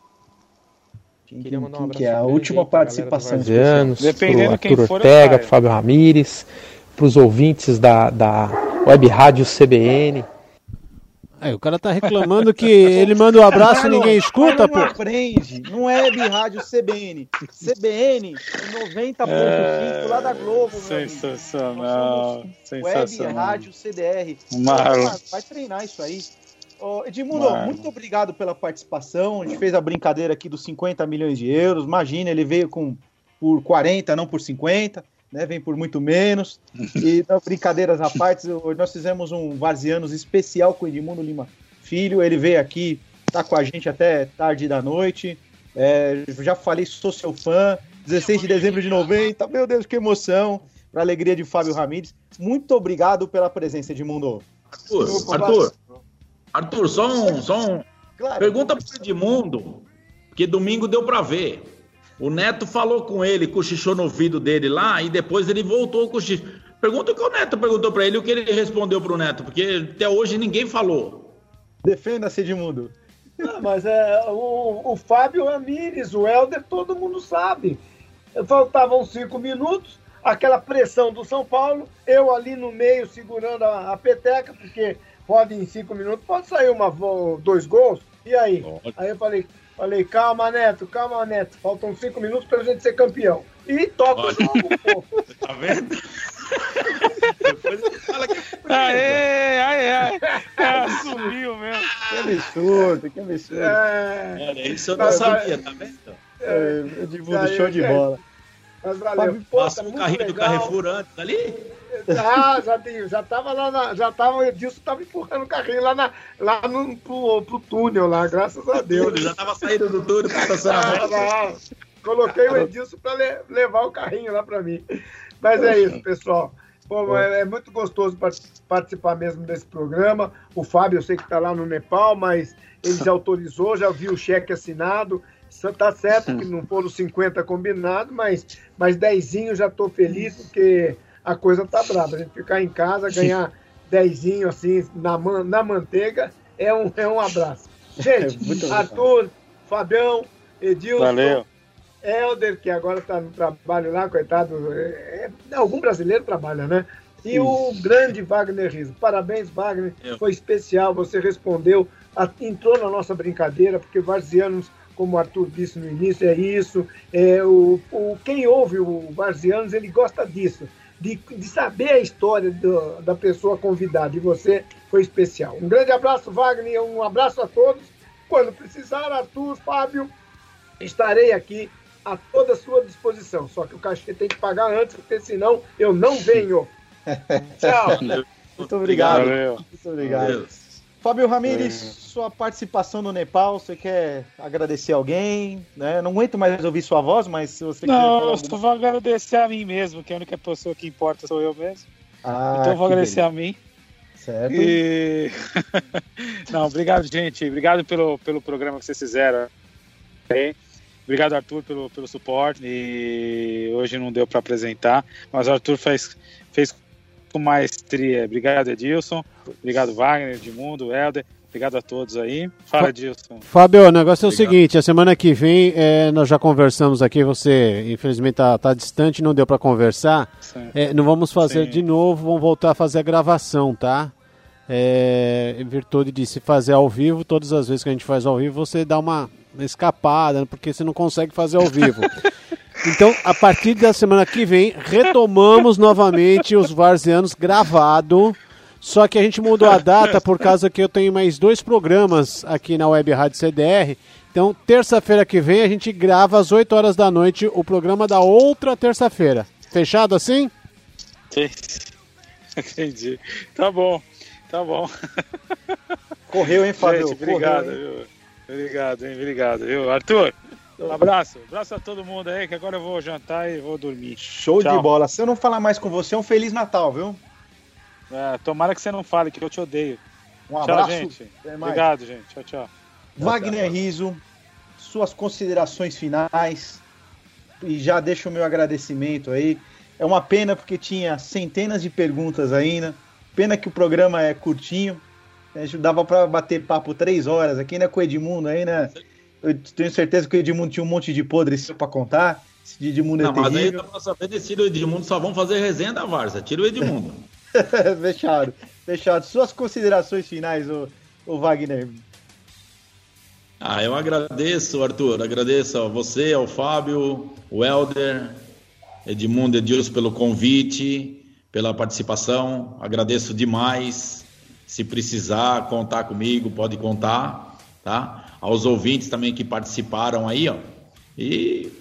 Quem, Queria mandar um abraço que é a última participação de anos, pro Arthur Ortega, pro Fábio Ramírez, pros ouvintes da, da Web Rádio C B N. Aí, o cara tá reclamando que ele manda um abraço e ninguém escuta, pô. Não aprende, não é Web Rádio C B N. C B N é noventa ponto cinco lá da Globo, meu sensacional, sensacional. Web Rádio C D R. Marlon. Vai treinar isso aí. Oh, Edmundo, Marlon, muito obrigado pela participação. A gente fez a brincadeira aqui dos cinquenta milhões de euros. Imagina, ele veio com, por quarenta, não por cinquenta. Né, vem por muito menos. E não, brincadeiras à parte, nós fizemos um Varzianos especial com o Edmundo Lima Filho. Ele veio aqui, tá com a gente até tarde da noite. É, já falei, sou seu fã. dezesseis de dezembro de noventa. Meu Deus, que emoção. Para alegria de Fábio Ramírez. Muito obrigado pela presença, Edmundo. Arthur, Arthur, Arthur, só um. Só um... Claro. Pergunta pro Edmundo, que domingo deu para ver. O Neto falou com ele, cochichou no ouvido dele lá, e depois ele voltou com o cochicho. Pergunta o que o Neto perguntou pra ele, o que ele respondeu pro Neto, porque até hoje ninguém falou. Defenda-se, Edmundo. Ah, mas é, o, o Fábio Ramírez, o Helder, todo mundo sabe. Faltavam cinco minutos, aquela pressão do São Paulo, eu ali no meio segurando a, a peteca, porque pode em cinco minutos, pode sair uma, dois gols, e aí? Pode. Aí eu falei... Falei, calma, Neto, calma, Neto. Faltam cinco minutos pra gente ser campeão. E toca o jogo, pô. Tá vendo? Depois ele fala que é aê, aê, aê. É, sumiu mesmo. Que absurdo, que absurdo. É... Olha, isso eu não sabia, tá vendo? É, eu divulgo show de bola. Mas valeu. Pô, passa o carrinho legal. Do Carrefour antes ali? Ah, já, já tava lá, na, já tava, o Edilson tava empurrando o carrinho lá, na, lá no, pro, pro túnel lá, graças a Deus. Já tava saindo do túnel pra estacionamento. Ah, coloquei o Edilson pra le, levar o carrinho lá pra mim. Mas é isso, pessoal. Pô, é, é muito gostoso participar mesmo desse programa. O Fábio, eu sei que tá lá no Nepal, mas ele já autorizou, já viu o cheque assinado. Tá certo que não foram cinquenta combinados, mas, mas dezinho já tô feliz, porque a coisa tá brava. A gente ficar em casa, ganhar dezinho assim na, man, na manteiga, é um, é um abraço. Gente, é Arthur, Fabião, Edilson, valeu. Helder, que agora tá no trabalho lá, coitado. É, é, algum brasileiro trabalha, né? E Sim. o grande Wagner Rizzo. Parabéns, Wagner. Eu. Foi especial, você respondeu, entrou na nossa brincadeira, porque Varzianos como o Arthur disse no início, é isso. É, o, o, quem ouve o Varzianos, ele gosta disso, de, de saber a história do, da pessoa convidada, e você foi especial. Um grande abraço, Wagner, um abraço a todos. Quando precisar, Arthur, Fábio, estarei aqui a toda a sua disposição. Só que o cachê tem que pagar antes, porque senão eu não venho. Tchau. Muito obrigado. Valeu. Muito obrigado. Valeu. Fábio Ramires, sua participação no Nepal, você quer agradecer alguém? Né? Não aguento mais ouvir sua voz, mas se você não, quiser eu falar só alguma... vou agradecer a mim mesmo, que a única pessoa que importa sou eu mesmo. Ah, então eu vou agradecer beleza. a mim. Certo. E... não, obrigado, gente. Obrigado pelo, pelo programa que vocês fizeram. Obrigado, Arthur, pelo, pelo suporte. E hoje não deu para apresentar, mas o Arthur fez, fez com maestria. Obrigado, Edilson. Obrigado, Wagner, Edmundo, Helder. Obrigado a todos aí. Fala, Edilson. Fábio, o negócio é o Obrigado. seguinte, a semana que vem é, nós já conversamos aqui, você infelizmente tá, tá distante, não deu para conversar. É, não vamos fazer Sim. de novo, vamos voltar a fazer a gravação, tá? É, em virtude de se fazer ao vivo, todas as vezes que a gente faz ao vivo, você dá uma escapada, porque você não consegue fazer ao vivo. Então, a partir da semana que vem, retomamos novamente os Varzianos gravado. Só que a gente mudou a data por causa que eu tenho mais dois programas aqui na Web Rádio C D R. Então, terça-feira que vem, a gente grava às oito horas da noite o programa da outra terça-feira. Fechado assim? Entendi. Tá bom, tá bom. Correu, hein, Fábio? Gente, obrigado, Correu, hein? viu? Obrigado, hein? Obrigado, viu? Arthur, um abraço. Abraço a todo mundo aí, que agora eu vou jantar e vou dormir. Show Tchau. de bola. Se eu não falar mais com você, um Feliz Natal, viu? É, tomara que você não fale, que eu te odeio. Um tchau, abraço. gente. Até mais. Obrigado, gente. Tchau, tchau. Wagner Rizzo, suas considerações finais. E já deixo o meu agradecimento aí. É uma pena porque tinha centenas de perguntas ainda. Pena que o programa é curtinho. Dava para bater papo três horas aqui, né, com o Edmundo aí, né? Eu tenho certeza que o Edmundo tinha um monte de podre para contar. Esse de Edmundo Não, é mas aí terrível. dá pra saber desse o Edmundo, só vão fazer resenha da Várzea. Tira o Edmundo. Fechado, fechado. Suas considerações finais, o, o Wagner. Ah, eu agradeço, Arthur. Agradeço a você, ao Fábio, o Helder, Edmundo, Edilson pelo convite, pela participação. Agradeço demais. Se precisar contar comigo, pode contar, tá? Aos ouvintes também que participaram aí, ó. E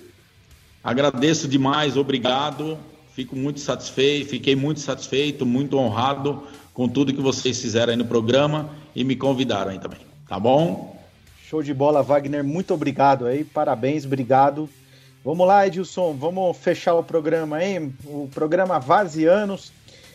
agradeço demais, obrigado. Fico muito satisfeito, fiquei muito satisfeito, muito honrado com tudo que vocês fizeram aí no programa e me convidaram aí também, tá bom? Show de bola, Wagner, muito obrigado aí, parabéns, obrigado. Vamos lá, Edilson, vamos fechar o programa aí, o programa Varzianos.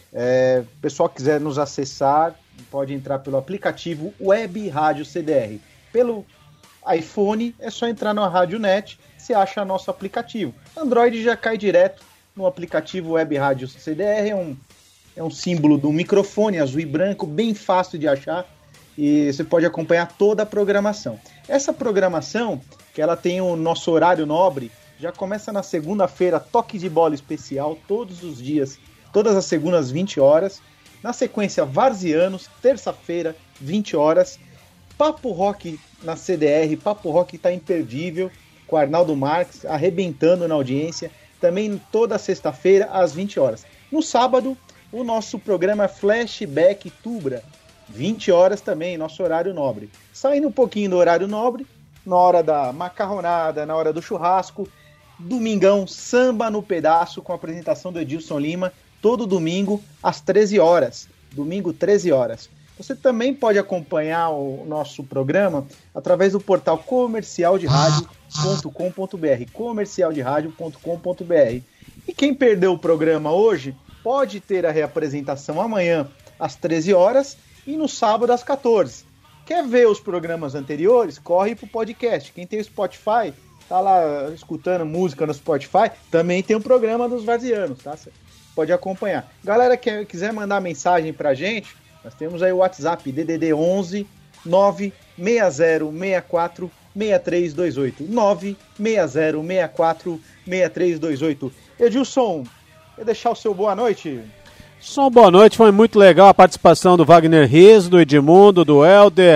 É, o pessoal que quiser nos acessar, pode entrar pelo aplicativo Web Rádio C D R. Pelo iPhone, é só entrar na RádioNet, você acha nosso aplicativo. Android já cai direto no aplicativo Web Rádio C D R, é um, é um símbolo do microfone azul e branco, bem fácil de achar, e você pode acompanhar toda a programação. Essa programação, que ela tem o nosso horário nobre, já começa na segunda-feira, toque de bola especial, todos os dias, todas as segundas, vinte horas. Na sequência, Varzianos, terça-feira, vinte horas. Papo Rock na C D R, Papo Rock está imperdível, com Arnaldo Marques, arrebentando na audiência. Também toda sexta-feira, às vinte horas. No sábado, o nosso programa Flashback Tubra, vinte horas também, nosso horário nobre. Saindo um pouquinho do horário nobre, na hora da macarronada, na hora do churrasco, domingão, Samba no Pedaço, com a apresentação do Edilson Lima, todo domingo, às treze horas. Domingo, treze horas. Você também pode acompanhar o nosso programa através do portal comercial de rádio ponto com ponto b r, comercial de rádio ponto com ponto b r. E quem perdeu o programa hoje pode ter a reapresentação amanhã às treze horas e no sábado às quatorze. Quer ver os programas anteriores? Corre pro podcast. Quem tem o Spotify, tá lá escutando música no Spotify, também tem o programa dos Varzianos, tá? Você pode acompanhar. Galera que quiser mandar mensagem pra gente, nós temos aí o WhatsApp D D D onze nove seis zero seis quatro seis três dois oito. nove seis zero seis quatro seis três dois oito. Edilson, quer deixar o seu boa noite? Só boa noite, foi muito legal a participação do Wagner Rizzo, do Edmundo, do Helder,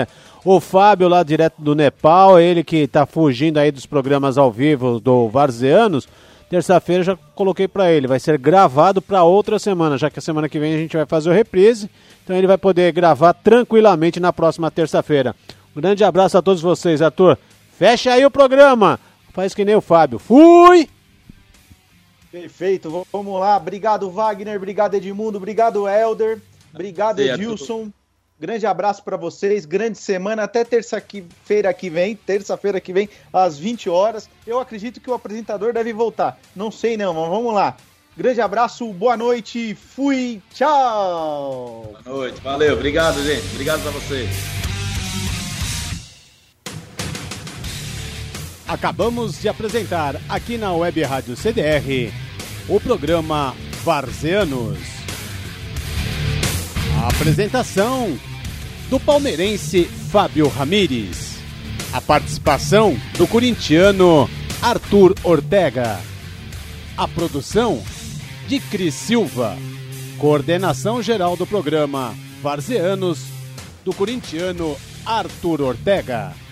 O Fábio lá direto do Nepal, ele que tá fugindo aí dos programas ao vivo do Varzianos, terça-feira já coloquei para ele, vai ser gravado para outra semana, já que a semana que vem a gente vai fazer o reprise, então ele vai poder gravar tranquilamente na próxima terça-feira. Um grande abraço a todos vocês, Arthur. Fecha aí o programa, faz que nem o Fábio. Fui! Perfeito, vamos lá. Obrigado, Wagner, obrigado, Edmundo, obrigado, Helder, obrigado, Edilson. Grande abraço para vocês, grande semana, até terça-feira que vem, terça-feira que vem, às vinte horas. Eu acredito que o apresentador deve voltar. Não sei não, mas vamos lá. Grande abraço, boa noite, fui, tchau! Boa noite, valeu, obrigado, gente. Obrigado a vocês. Acabamos de apresentar aqui na Web Rádio C D R o programa Varzianos. A apresentação do palmeirense Fábio Ramírez. A participação do corintiano Arthur Ortega. A produção de Cris Silva. Coordenação geral do programa Varzianos do corintiano Arthur Ortega.